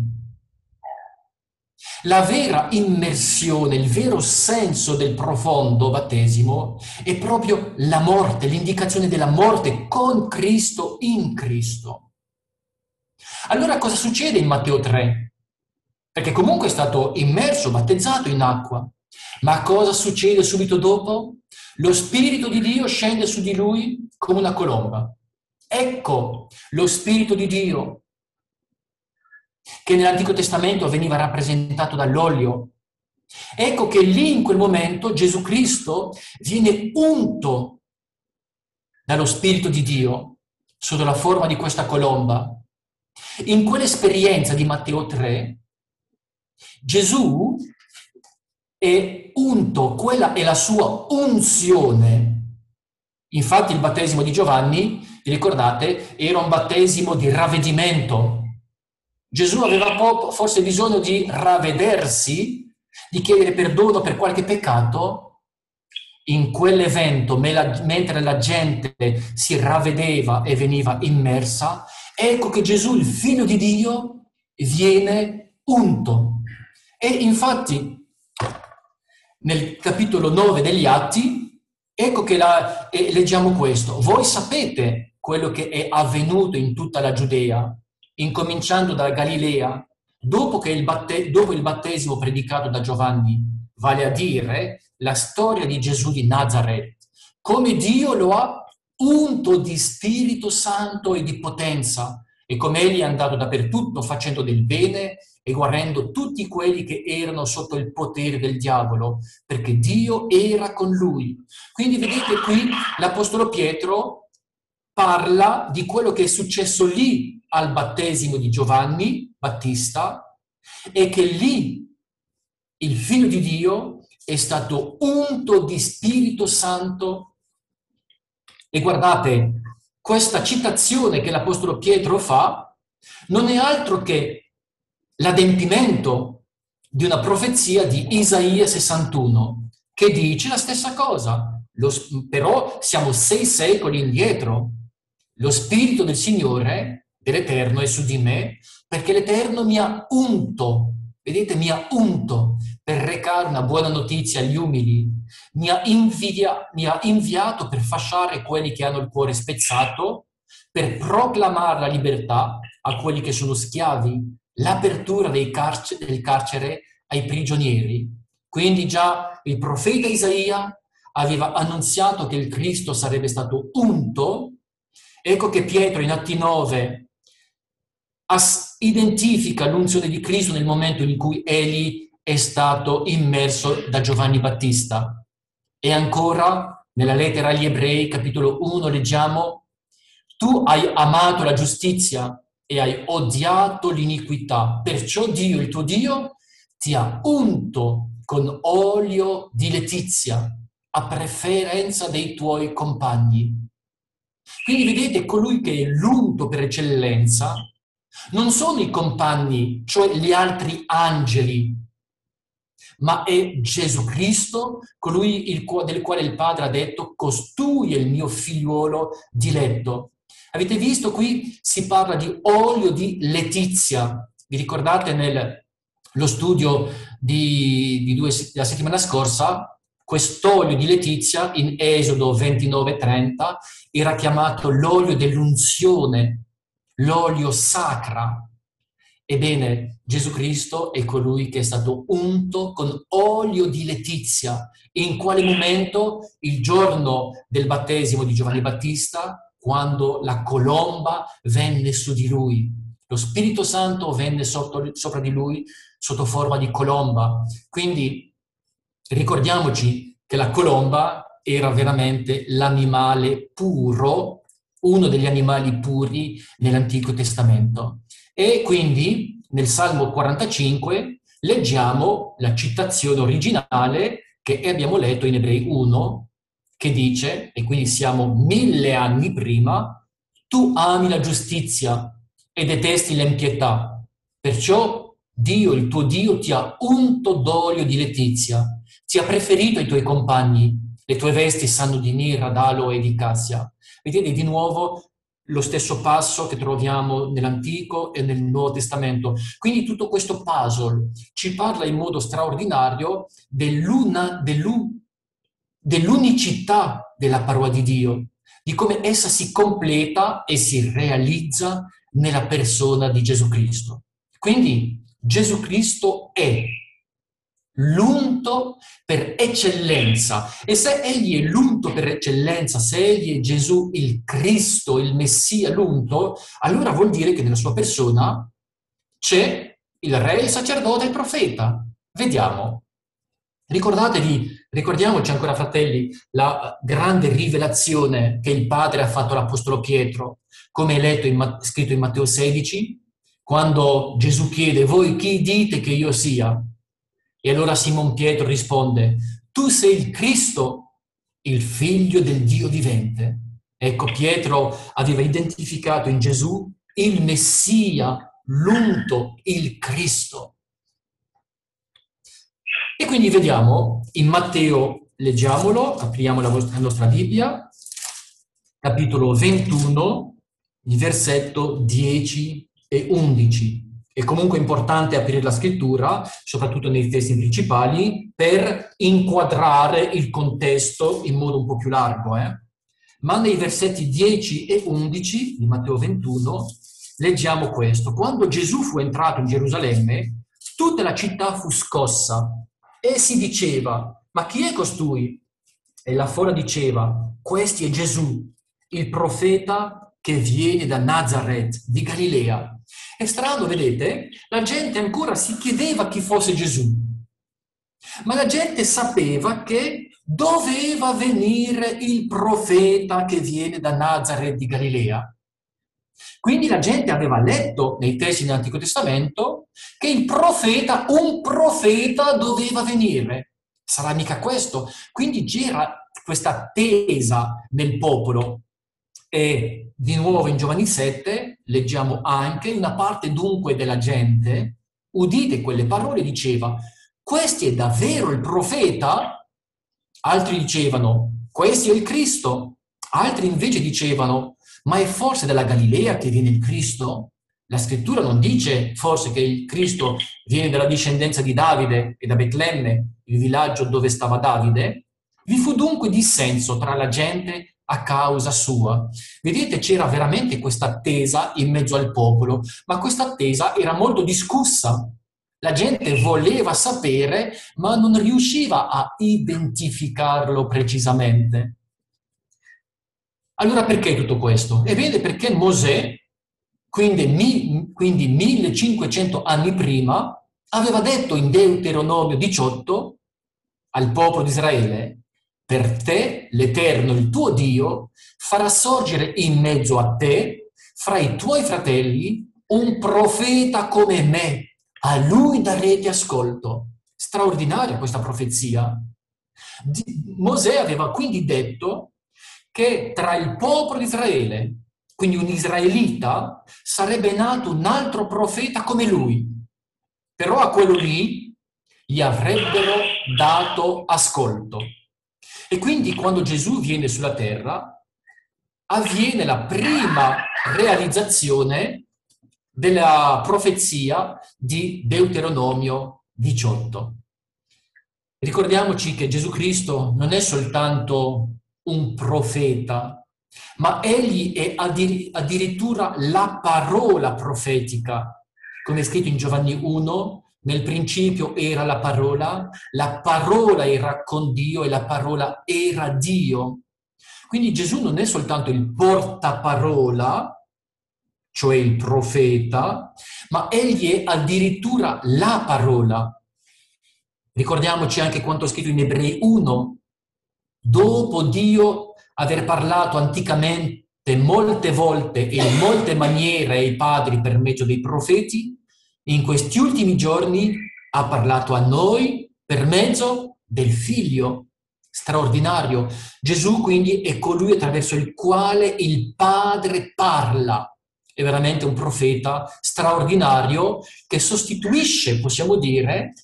La vera immersione, il vero senso del profondo battesimo è proprio la morte, l'indicazione della morte con Cristo, in Cristo. Allora cosa succede in Matteo tre? Perché comunque è stato immerso, battezzato in acqua. Ma cosa succede subito dopo? Lo Spirito di Dio scende su di lui come una colomba. Ecco lo Spirito di Dio, che nell'Antico Testamento veniva rappresentato dall'olio. Ecco che lì in quel momento Gesù Cristo viene unto dallo Spirito di Dio sotto la forma di questa colomba. In quell'esperienza di Matteo tre, Gesù è unto, quella è la sua unzione. Infatti il battesimo di Giovanni, vi ricordate, era un battesimo di ravvedimento. Gesù aveva forse bisogno di ravvedersi, di chiedere perdono per qualche peccato. In quell'evento, mentre la gente si ravvedeva e veniva immersa, ecco che Gesù, il Figlio di Dio, viene unto. E infatti nel capitolo nove degli Atti, ecco che la, eh, leggiamo questo. Voi sapete quello che è avvenuto in tutta la Giudea, incominciando da Galilea, dopo, che il batte- dopo il battesimo predicato da Giovanni, vale a dire la storia di Gesù di Nazaret, come Dio lo ha unto di Spirito Santo e di potenza, E come egli è andato dappertutto facendo del bene e guarendo tutti quelli che erano sotto il potere del diavolo, perché Dio era con lui. Quindi vedete qui l'Apostolo Pietro parla di quello che è successo lì al battesimo di Giovanni Battista e che lì il Figlio di Dio è stato unto di Spirito Santo. E guardate, questa citazione che l'Apostolo Pietro fa non è altro che l'adempimento di una profezia di Isaia sessantuno, che dice la stessa cosa. Lo, però siamo sei secoli indietro. Lo Spirito del Signore, dell'Eterno, è su di me, perché l'Eterno mi ha unto, vedete, mi ha unto per recare una buona notizia agli umili, mi ha, invia, mi ha inviato per fasciare quelli che hanno il cuore spezzato, per proclamare la libertà a quelli che sono schiavi, l'apertura dei carce- del carcere ai prigionieri. Quindi già il profeta Isaia aveva annunziato che il Cristo sarebbe stato unto. Ecco che Pietro in Atti nove as- identifica l'unzione di Cristo nel momento in cui egli è stato immerso da Giovanni Battista. E ancora nella lettera agli Ebrei, capitolo uno, leggiamo: tu hai amato la giustizia e hai odiato l'iniquità, perciò Dio, il tuo Dio, ti ha unto con olio di letizia a preferenza dei tuoi compagni. Quindi vedete, colui che è l'unto per eccellenza non sono i compagni, cioè gli altri angeli, ma è Gesù Cristo, colui il, del quale il Padre ha detto: costui è il mio figliuolo diletto. Avete visto, qui si parla di olio di letizia. Vi ricordate nello studio di, di due, della settimana scorsa? Quest'olio di letizia in Esodo ventinove trenta era chiamato l'olio dell'unzione, l'olio sacra. Ebbene, Gesù Cristo è colui che è stato unto con olio di letizia. In quale momento? Il giorno del battesimo di Giovanni Battista, quando la colomba venne su di lui. Lo Spirito Santo venne sotto, sopra di lui sotto forma di colomba. Quindi ricordiamoci che la colomba era veramente l'animale puro, uno degli animali puri nell'Antico Testamento. E quindi nel Salmo quarantacinque leggiamo la citazione originale che abbiamo letto in Ebrei uno, che dice, e quindi siamo mille anni prima: tu ami la giustizia e detesti l'impietà, perciò Dio, il tuo Dio, ti ha unto d'olio di letizia, ti ha preferito ai tuoi compagni, le tue vesti sanno di mirra, d'aloe e di cassia. Vedete di nuovo lo stesso passo che troviamo nell'Antico e nel Nuovo Testamento. Quindi tutto questo puzzle ci parla in modo straordinario dell'una, dell'un, dell'unicità della parola di Dio, di come essa si completa e si realizza nella persona di Gesù Cristo. Quindi Gesù Cristo è l'unto per eccellenza, e se egli è l'unto per eccellenza, se egli è Gesù il Cristo, il Messia, l'unto, allora vuol dire che nella sua persona c'è il re, il sacerdote e il profeta. Vediamo. Ricordatevi, ricordiamoci ancora, fratelli, la grande rivelazione che il Padre ha fatto all'Apostolo Pietro, come è letto in, scritto in Matteo sedici, quando Gesù chiede: voi chi dite che io sia? E allora Simon Pietro risponde: tu sei il Cristo, il figlio del Dio vivente. Ecco, Pietro aveva identificato in Gesù il Messia, l'unto, il Cristo. E quindi vediamo in Matteo, leggiamolo, apriamo la, vostra, la nostra Bibbia, capitolo ventuno, il versetto dieci e undici. È comunque importante aprire la scrittura, soprattutto nei testi principali, per inquadrare il contesto in modo un po' più largo. Eh? Ma nei versetti dieci e undici di Matteo ventuno leggiamo questo. Quando Gesù fu entrato in Gerusalemme, tutta la città fu scossa e si diceva: ma chi è costui? E la folla diceva: questi è Gesù, il profeta che viene da Nazareth, di Galilea. È strano, vedete? La gente ancora si chiedeva chi fosse Gesù, ma la gente sapeva che doveva venire il profeta che viene da Nazareth di Galilea. Quindi la gente aveva letto nei testi dell'Antico Testamento che il profeta, un profeta doveva venire. Sarà mica questo? Quindi c'era questa attesa nel popolo. E di nuovo in Giovanni sette leggiamo anche una parte dunque della gente, udite quelle parole, diceva: questo è davvero il profeta? Altri dicevano: questo è il Cristo. Altri invece dicevano: ma è forse dalla Galilea che viene il Cristo? La scrittura non dice forse che il Cristo viene dalla discendenza di Davide e da Betlemme, il villaggio dove stava Davide? Vi fu dunque dissenso tra la gente a causa sua. Vedete, c'era veramente questa attesa in mezzo al popolo, ma questa attesa era molto discussa. La gente voleva sapere, ma non riusciva a identificarlo precisamente. Allora perché tutto questo? Ebbene, perché Mosè, quindi, mi, quindi millecinquecento anni prima, aveva detto in Deuteronomio diciotto al popolo di Israele: per te l'Eterno, il tuo Dio, farà sorgere in mezzo a te, fra i tuoi fratelli, un profeta come me. A lui darete ascolto. Straordinaria questa profezia. Mosè aveva quindi detto che tra il popolo di Israele, quindi un israelita, sarebbe nato un altro profeta come lui. Però a quello lì gli avrebbero dato ascolto. E quindi quando Gesù viene sulla terra, avviene la prima realizzazione della profezia di Deuteronomio diciotto. Ricordiamoci che Gesù Cristo non è soltanto un profeta, ma egli è addirittura la parola profetica. Come è scritto in Giovanni uno, nel principio era la parola, la parola era con Dio e la parola era Dio. Quindi Gesù non è soltanto il portaparola, cioè il profeta, ma egli è addirittura la parola. Ricordiamoci anche quanto è scritto in Ebrei uno. Dopo Dio aver parlato anticamente molte volte e in molte maniere ai padri per mezzo dei profeti, in questi ultimi giorni ha parlato a noi per mezzo del Figlio. Straordinario. Gesù quindi è colui attraverso il quale il Padre parla. È veramente un profeta straordinario che sostituisce, possiamo dire,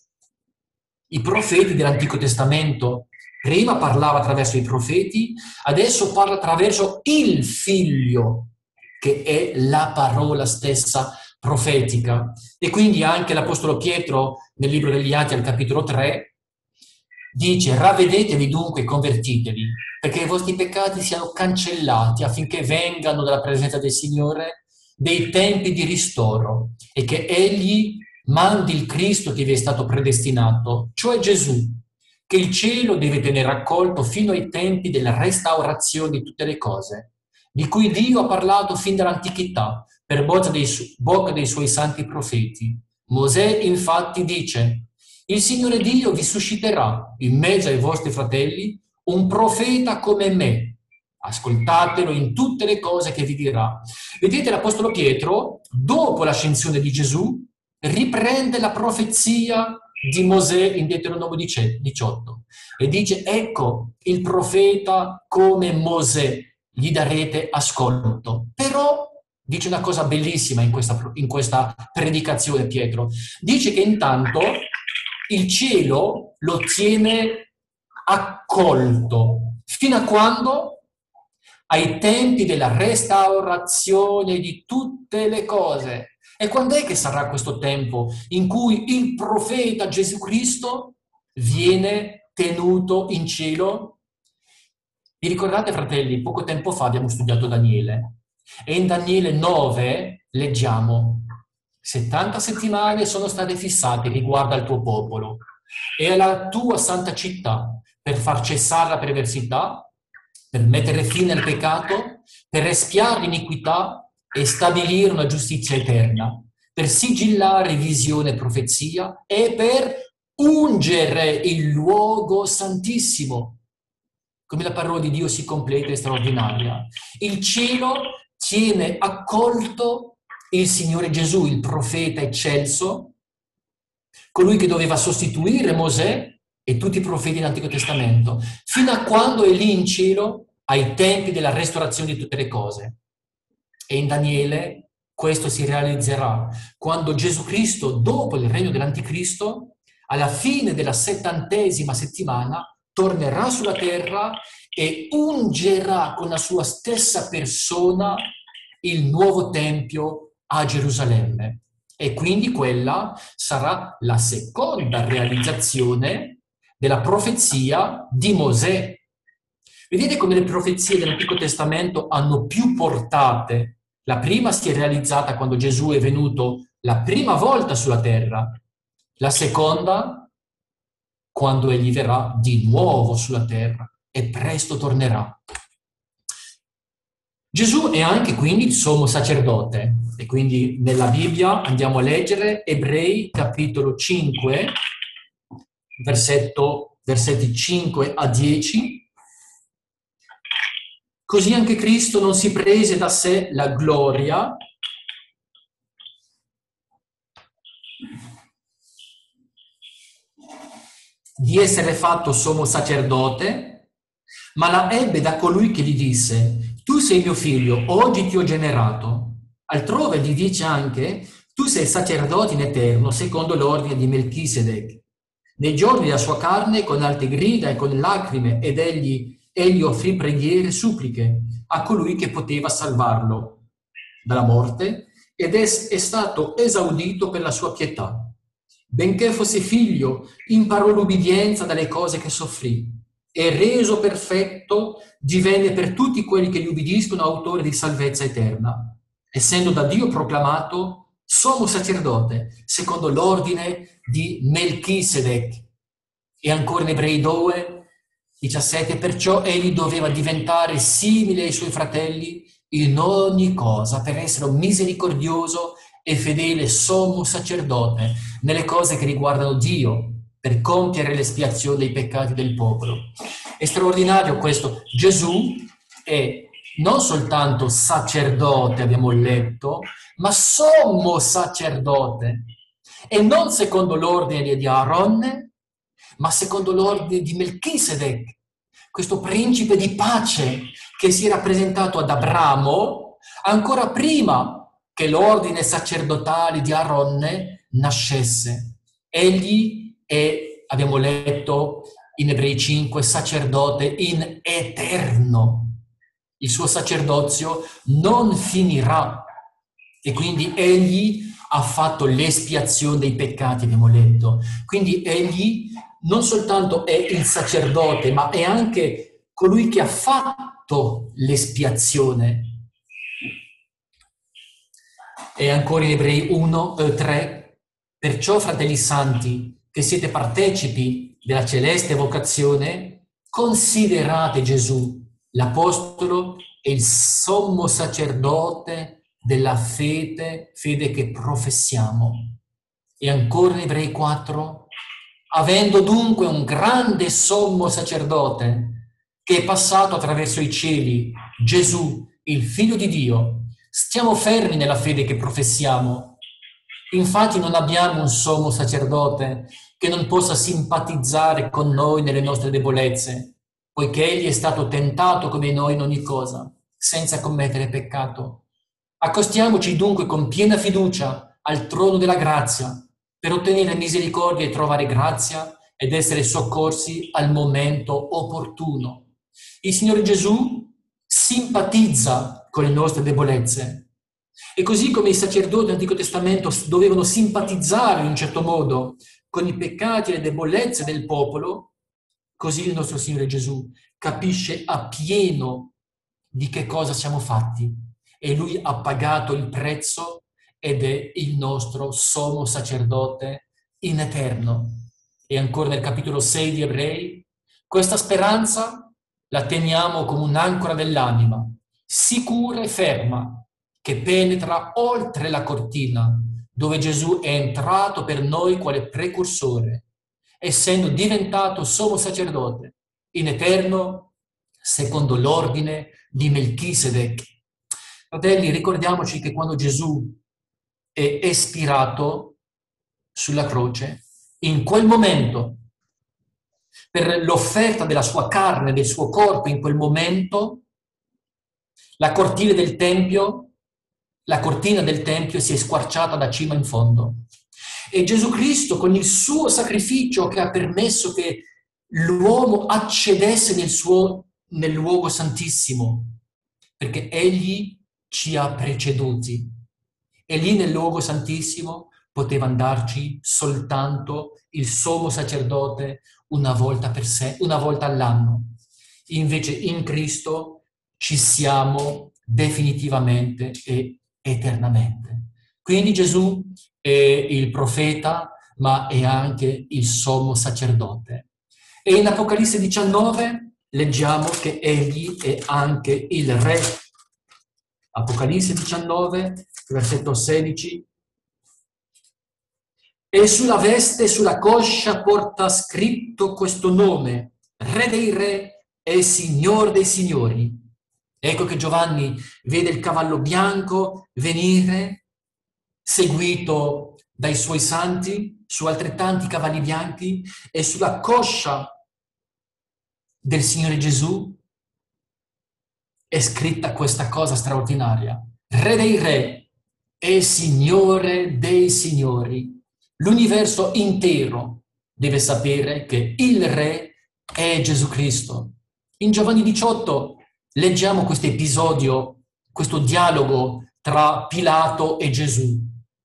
i profeti dell'Antico Testamento. Prima parlava attraverso i profeti, adesso parla attraverso il Figlio, che è la parola stessa profetica. E quindi anche l'Apostolo Pietro, nel libro degli Atti, al capitolo tre, dice: ravvedetevi dunque e convertitevi, perché i vostri peccati siano cancellati, affinché vengano dalla presenza del Signore dei tempi di ristoro, e che Egli mandi il Cristo che vi è stato predestinato, cioè Gesù, che il cielo deve tenere accolto fino ai tempi della restaurazione di tutte le cose, di cui Dio ha parlato fin dall'antichità, per bocca dei, su- bocca dei suoi santi profeti. Mosè infatti dice: il Signore Dio vi susciterà in mezzo ai vostri fratelli un profeta come me. Ascoltatelo in tutte le cose che vi dirà. Vedete, l'Apostolo Pietro, dopo l'ascensione di Gesù, riprende la profezia di Mosè in Deuteronomio diciotto e dice: ecco il profeta come Mosè, gli darete ascolto. Però dice una cosa bellissima in questa, in questa predicazione Pietro. Dice che intanto il cielo lo tiene accolto. Fino a quando? Ai tempi della restaurazione di tutte le cose. E quando è che sarà questo tempo in cui il profeta Gesù Cristo viene tenuto in cielo? Vi ricordate, fratelli, poco tempo fa abbiamo studiato Daniele e in Daniele nove leggiamo: settanta settimane sono state fissate riguardo al tuo popolo e alla tua santa città per far cessare la perversità, per mettere fine al peccato, per espiare l'iniquità e stabilire una giustizia eterna, per sigillare visione e profezia e per ungere il luogo santissimo. Come la parola di Dio si completa e straordinaria. Il cielo tiene accolto il Signore Gesù, il profeta eccelso, colui che doveva sostituire Mosè e tutti i profeti dell'Antico Testamento, fino a quando è lì in cielo, ai tempi della restaurazione di tutte le cose. E in Daniele questo si realizzerà quando Gesù Cristo, dopo il regno dell'Anticristo, alla fine della settantesima settimana, tornerà sulla terra e ungerà con la sua stessa persona il nuovo Tempio a Gerusalemme. E quindi quella sarà la seconda realizzazione della profezia di Mosè. Vedete come le profezie dell'Antico Testamento hanno più portate. La prima si è realizzata quando Gesù è venuto la prima volta sulla terra, la seconda quando egli verrà di nuovo sulla terra e presto tornerà. Gesù è anche quindi il sommo sacerdote e quindi nella Bibbia andiamo a leggere Ebrei capitolo cinque, versetto, versetti cinque a dieci. Così anche Cristo non si prese da sé la gloria di essere fatto sommo sacerdote, ma la ebbe da colui che gli disse: tu sei mio figlio, oggi ti ho generato. Altrove gli dice anche: tu sei sacerdote in eterno, secondo l'ordine di Melchisedec. Nei giorni della sua carne, con alte grida e con lacrime, ed egli, egli offrì preghiere e suppliche a colui che poteva salvarlo dalla morte, ed è, è stato esaudito per la sua pietà. Benché fosse figlio, imparò l'ubbidienza dalle cose che soffrì, e reso perfetto divenne per tutti quelli che gli ubbidiscono autore di salvezza eterna, essendo da Dio proclamato sommo sacerdote, secondo l'ordine di Melchisedec. E ancora in Ebrei due, diciassette, perciò egli doveva diventare simile ai suoi fratelli in ogni cosa, per essere un misericordioso e fedele sommo sacerdote nelle cose che riguardano Dio, per compiere l'espiazione dei peccati del popolo. È straordinario questo. Gesù è non soltanto sacerdote, abbiamo letto, ma sommo sacerdote. E non secondo l'ordine di Aaron, ma secondo l'ordine di Melchisedec, questo principe di pace che si era presentato ad Abramo ancora prima che l'ordine sacerdotale di Aaronne nascesse. Egli è, abbiamo letto in Ebrei cinque, sacerdote in eterno. Il suo sacerdozio non finirà e quindi egli ha fatto l'espiazione dei peccati, abbiamo letto. Quindi egli non soltanto è il sacerdote, ma è anche colui che ha fatto l'espiazione. E ancora in Ebrei uno, tre, perciò, fratelli santi, che siete partecipi della celeste vocazione, considerate Gesù, l'apostolo e il sommo sacerdote della fede, fede che professiamo. E ancora in Ebrei quattro, avendo dunque un grande sommo sacerdote che è passato attraverso i cieli, Gesù, il Figlio di Dio, stiamo fermi nella fede che professiamo. Infatti non abbiamo un sommo sacerdote che non possa simpatizzare con noi nelle nostre debolezze, poiché egli è stato tentato come noi in ogni cosa, senza commettere peccato. Accostiamoci dunque con piena fiducia al trono della grazia, per ottenere misericordia e trovare grazia ed essere soccorsi al momento opportuno. Il Signore Gesù simpatizza con le nostre debolezze. E così come i sacerdoti dell'Antico Testamento dovevano simpatizzare in un certo modo con i peccati e le debolezze del popolo, così il nostro Signore Gesù capisce appieno di che cosa siamo fatti e Lui ha pagato il prezzo ed è il nostro sommo sacerdote in eterno. E ancora nel capitolo sei di Ebrei, questa speranza la teniamo come un'ancora dell'anima, sicura e ferma, che penetra oltre la cortina, dove Gesù è entrato per noi quale precursore, essendo diventato sommo sacerdote in eterno secondo l'ordine di Melchisedec. Fratelli, ricordiamoci che quando Gesù è espirato sulla croce, in quel momento, per l'offerta della sua carne, del suo corpo, in quel momento, la cortina del Tempio, la cortina del Tempio si è squarciata da cima in fondo. E Gesù Cristo, con il suo sacrificio che ha permesso che l'uomo accedesse nel suo, nel luogo santissimo, perché egli ci ha preceduti. E lì nel luogo santissimo poteva andarci soltanto il sommo sacerdote una volta per sé, una volta all'anno. Invece in Cristo ci siamo definitivamente e eternamente. Quindi Gesù è il profeta, ma è anche il sommo sacerdote. E in Apocalisse diciannove leggiamo che egli è anche il re. Apocalisse diciannove, versetto sedici. E sulla veste e sulla coscia porta scritto questo nome: Re dei Re e Signor dei Signori. Ecco che Giovanni vede il cavallo bianco venire, seguito dai suoi santi, su altrettanti cavalli bianchi, e sulla coscia del Signore Gesù è scritta questa cosa straordinaria: Re dei Re e Signore dei Signori. L'universo intero deve sapere che il Re è Gesù Cristo. In Giovanni diciotto leggiamo questo episodio, questo dialogo tra Pilato e Gesù.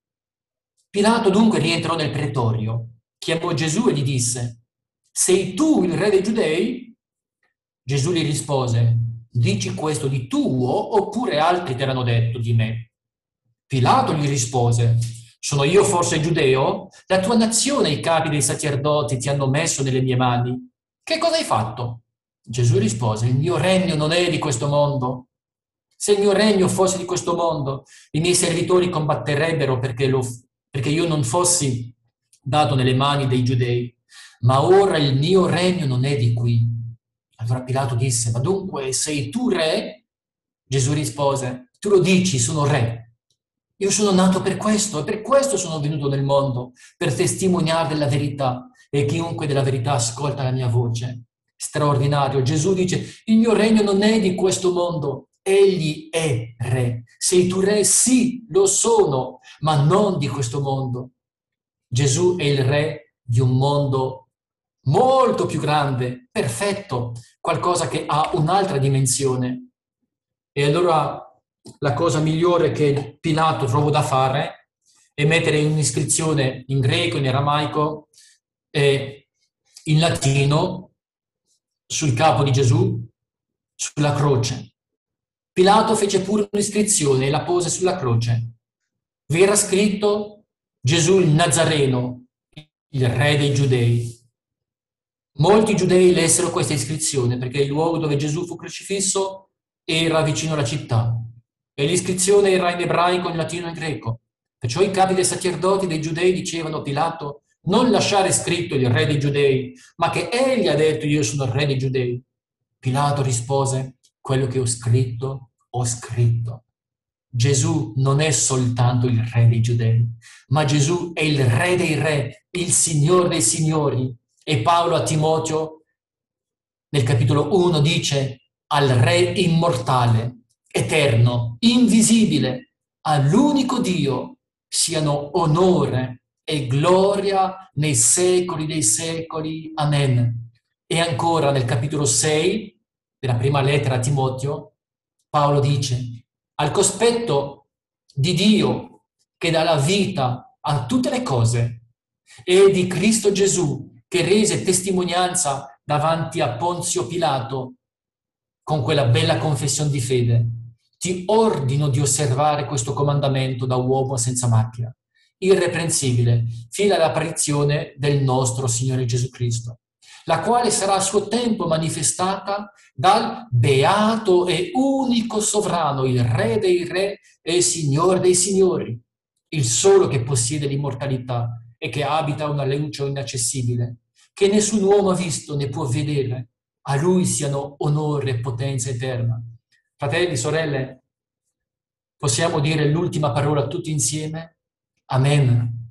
Pilato dunque rientrò nel pretorio, chiamò Gesù e gli disse: sei tu il re dei Giudei? Gesù gli rispose: dici questo di tuo oppure altri te l'hanno detto di me? Pilato gli rispose: sono io forse giudeo? La tua nazione e i capi dei sacerdoti ti hanno messo nelle mie mani. Che cosa hai fatto? Gesù rispose: il mio regno non è di questo mondo. Se il mio regno fosse di questo mondo, i miei servitori combatterebbero perché, lo, perché io non fossi dato nelle mani dei giudei. Ma ora il mio regno non è di qui. Allora Pilato disse: ma dunque sei tu re? Gesù rispose: tu lo dici, sono re. Io sono nato per questo e per questo sono venuto nel mondo, per testimoniare della verità, e chiunque della verità ascolta la mia voce. Straordinario. Gesù dice: il mio regno non è di questo mondo, egli è re. Sei tu re? Sì, lo sono, ma non di questo mondo. Gesù è il re di un mondo molto più grande, perfetto, qualcosa che ha un'altra dimensione. E allora la cosa migliore che Pilato trovò da fare è mettere un'iscrizione in greco, in aramaico e in latino sul capo di Gesù, sulla croce. Pilato fece pure un'iscrizione e la pose sulla croce. Vi era scritto: Gesù il Nazareno, il re dei Giudei. Molti giudei lessero questa iscrizione perché il luogo dove Gesù fu crocifisso era vicino alla città e l'iscrizione era in ebraico, in latino e in greco. Perciò i capi dei sacerdoti dei giudei dicevano a Pilato: non lasciare scritto il re dei giudei, ma che egli ha detto io sono il re dei giudei. Pilato rispose: quello che ho scritto, ho scritto. Gesù non è soltanto il re dei giudei, ma Gesù è il re dei re, il Signore dei signori. E Paolo a Timoteo nel capitolo uno dice: al re immortale, eterno, invisibile, all'unico Dio siano onore e gloria nei secoli dei secoli. Amen. E ancora nel capitolo sei della prima lettera a Timoteo, Paolo dice: al cospetto di Dio che dà la vita a tutte le cose e di Cristo Gesù che rese testimonianza davanti a Ponzio Pilato con quella bella confessione di fede, ti ordino di osservare questo comandamento da uomo senza macchia, irreprensibile, fino all'apparizione del nostro Signore Gesù Cristo, la quale sarà a suo tempo manifestata dal beato e unico sovrano, il Re dei Re e il Signore dei Signori, il solo che possiede l'immortalità e che abita una luce inaccessibile, che nessun uomo ha visto né può vedere. A Lui siano onore e potenza eterna. Fratelli, sorelle, possiamo dire l'ultima parola tutti insieme? Amen.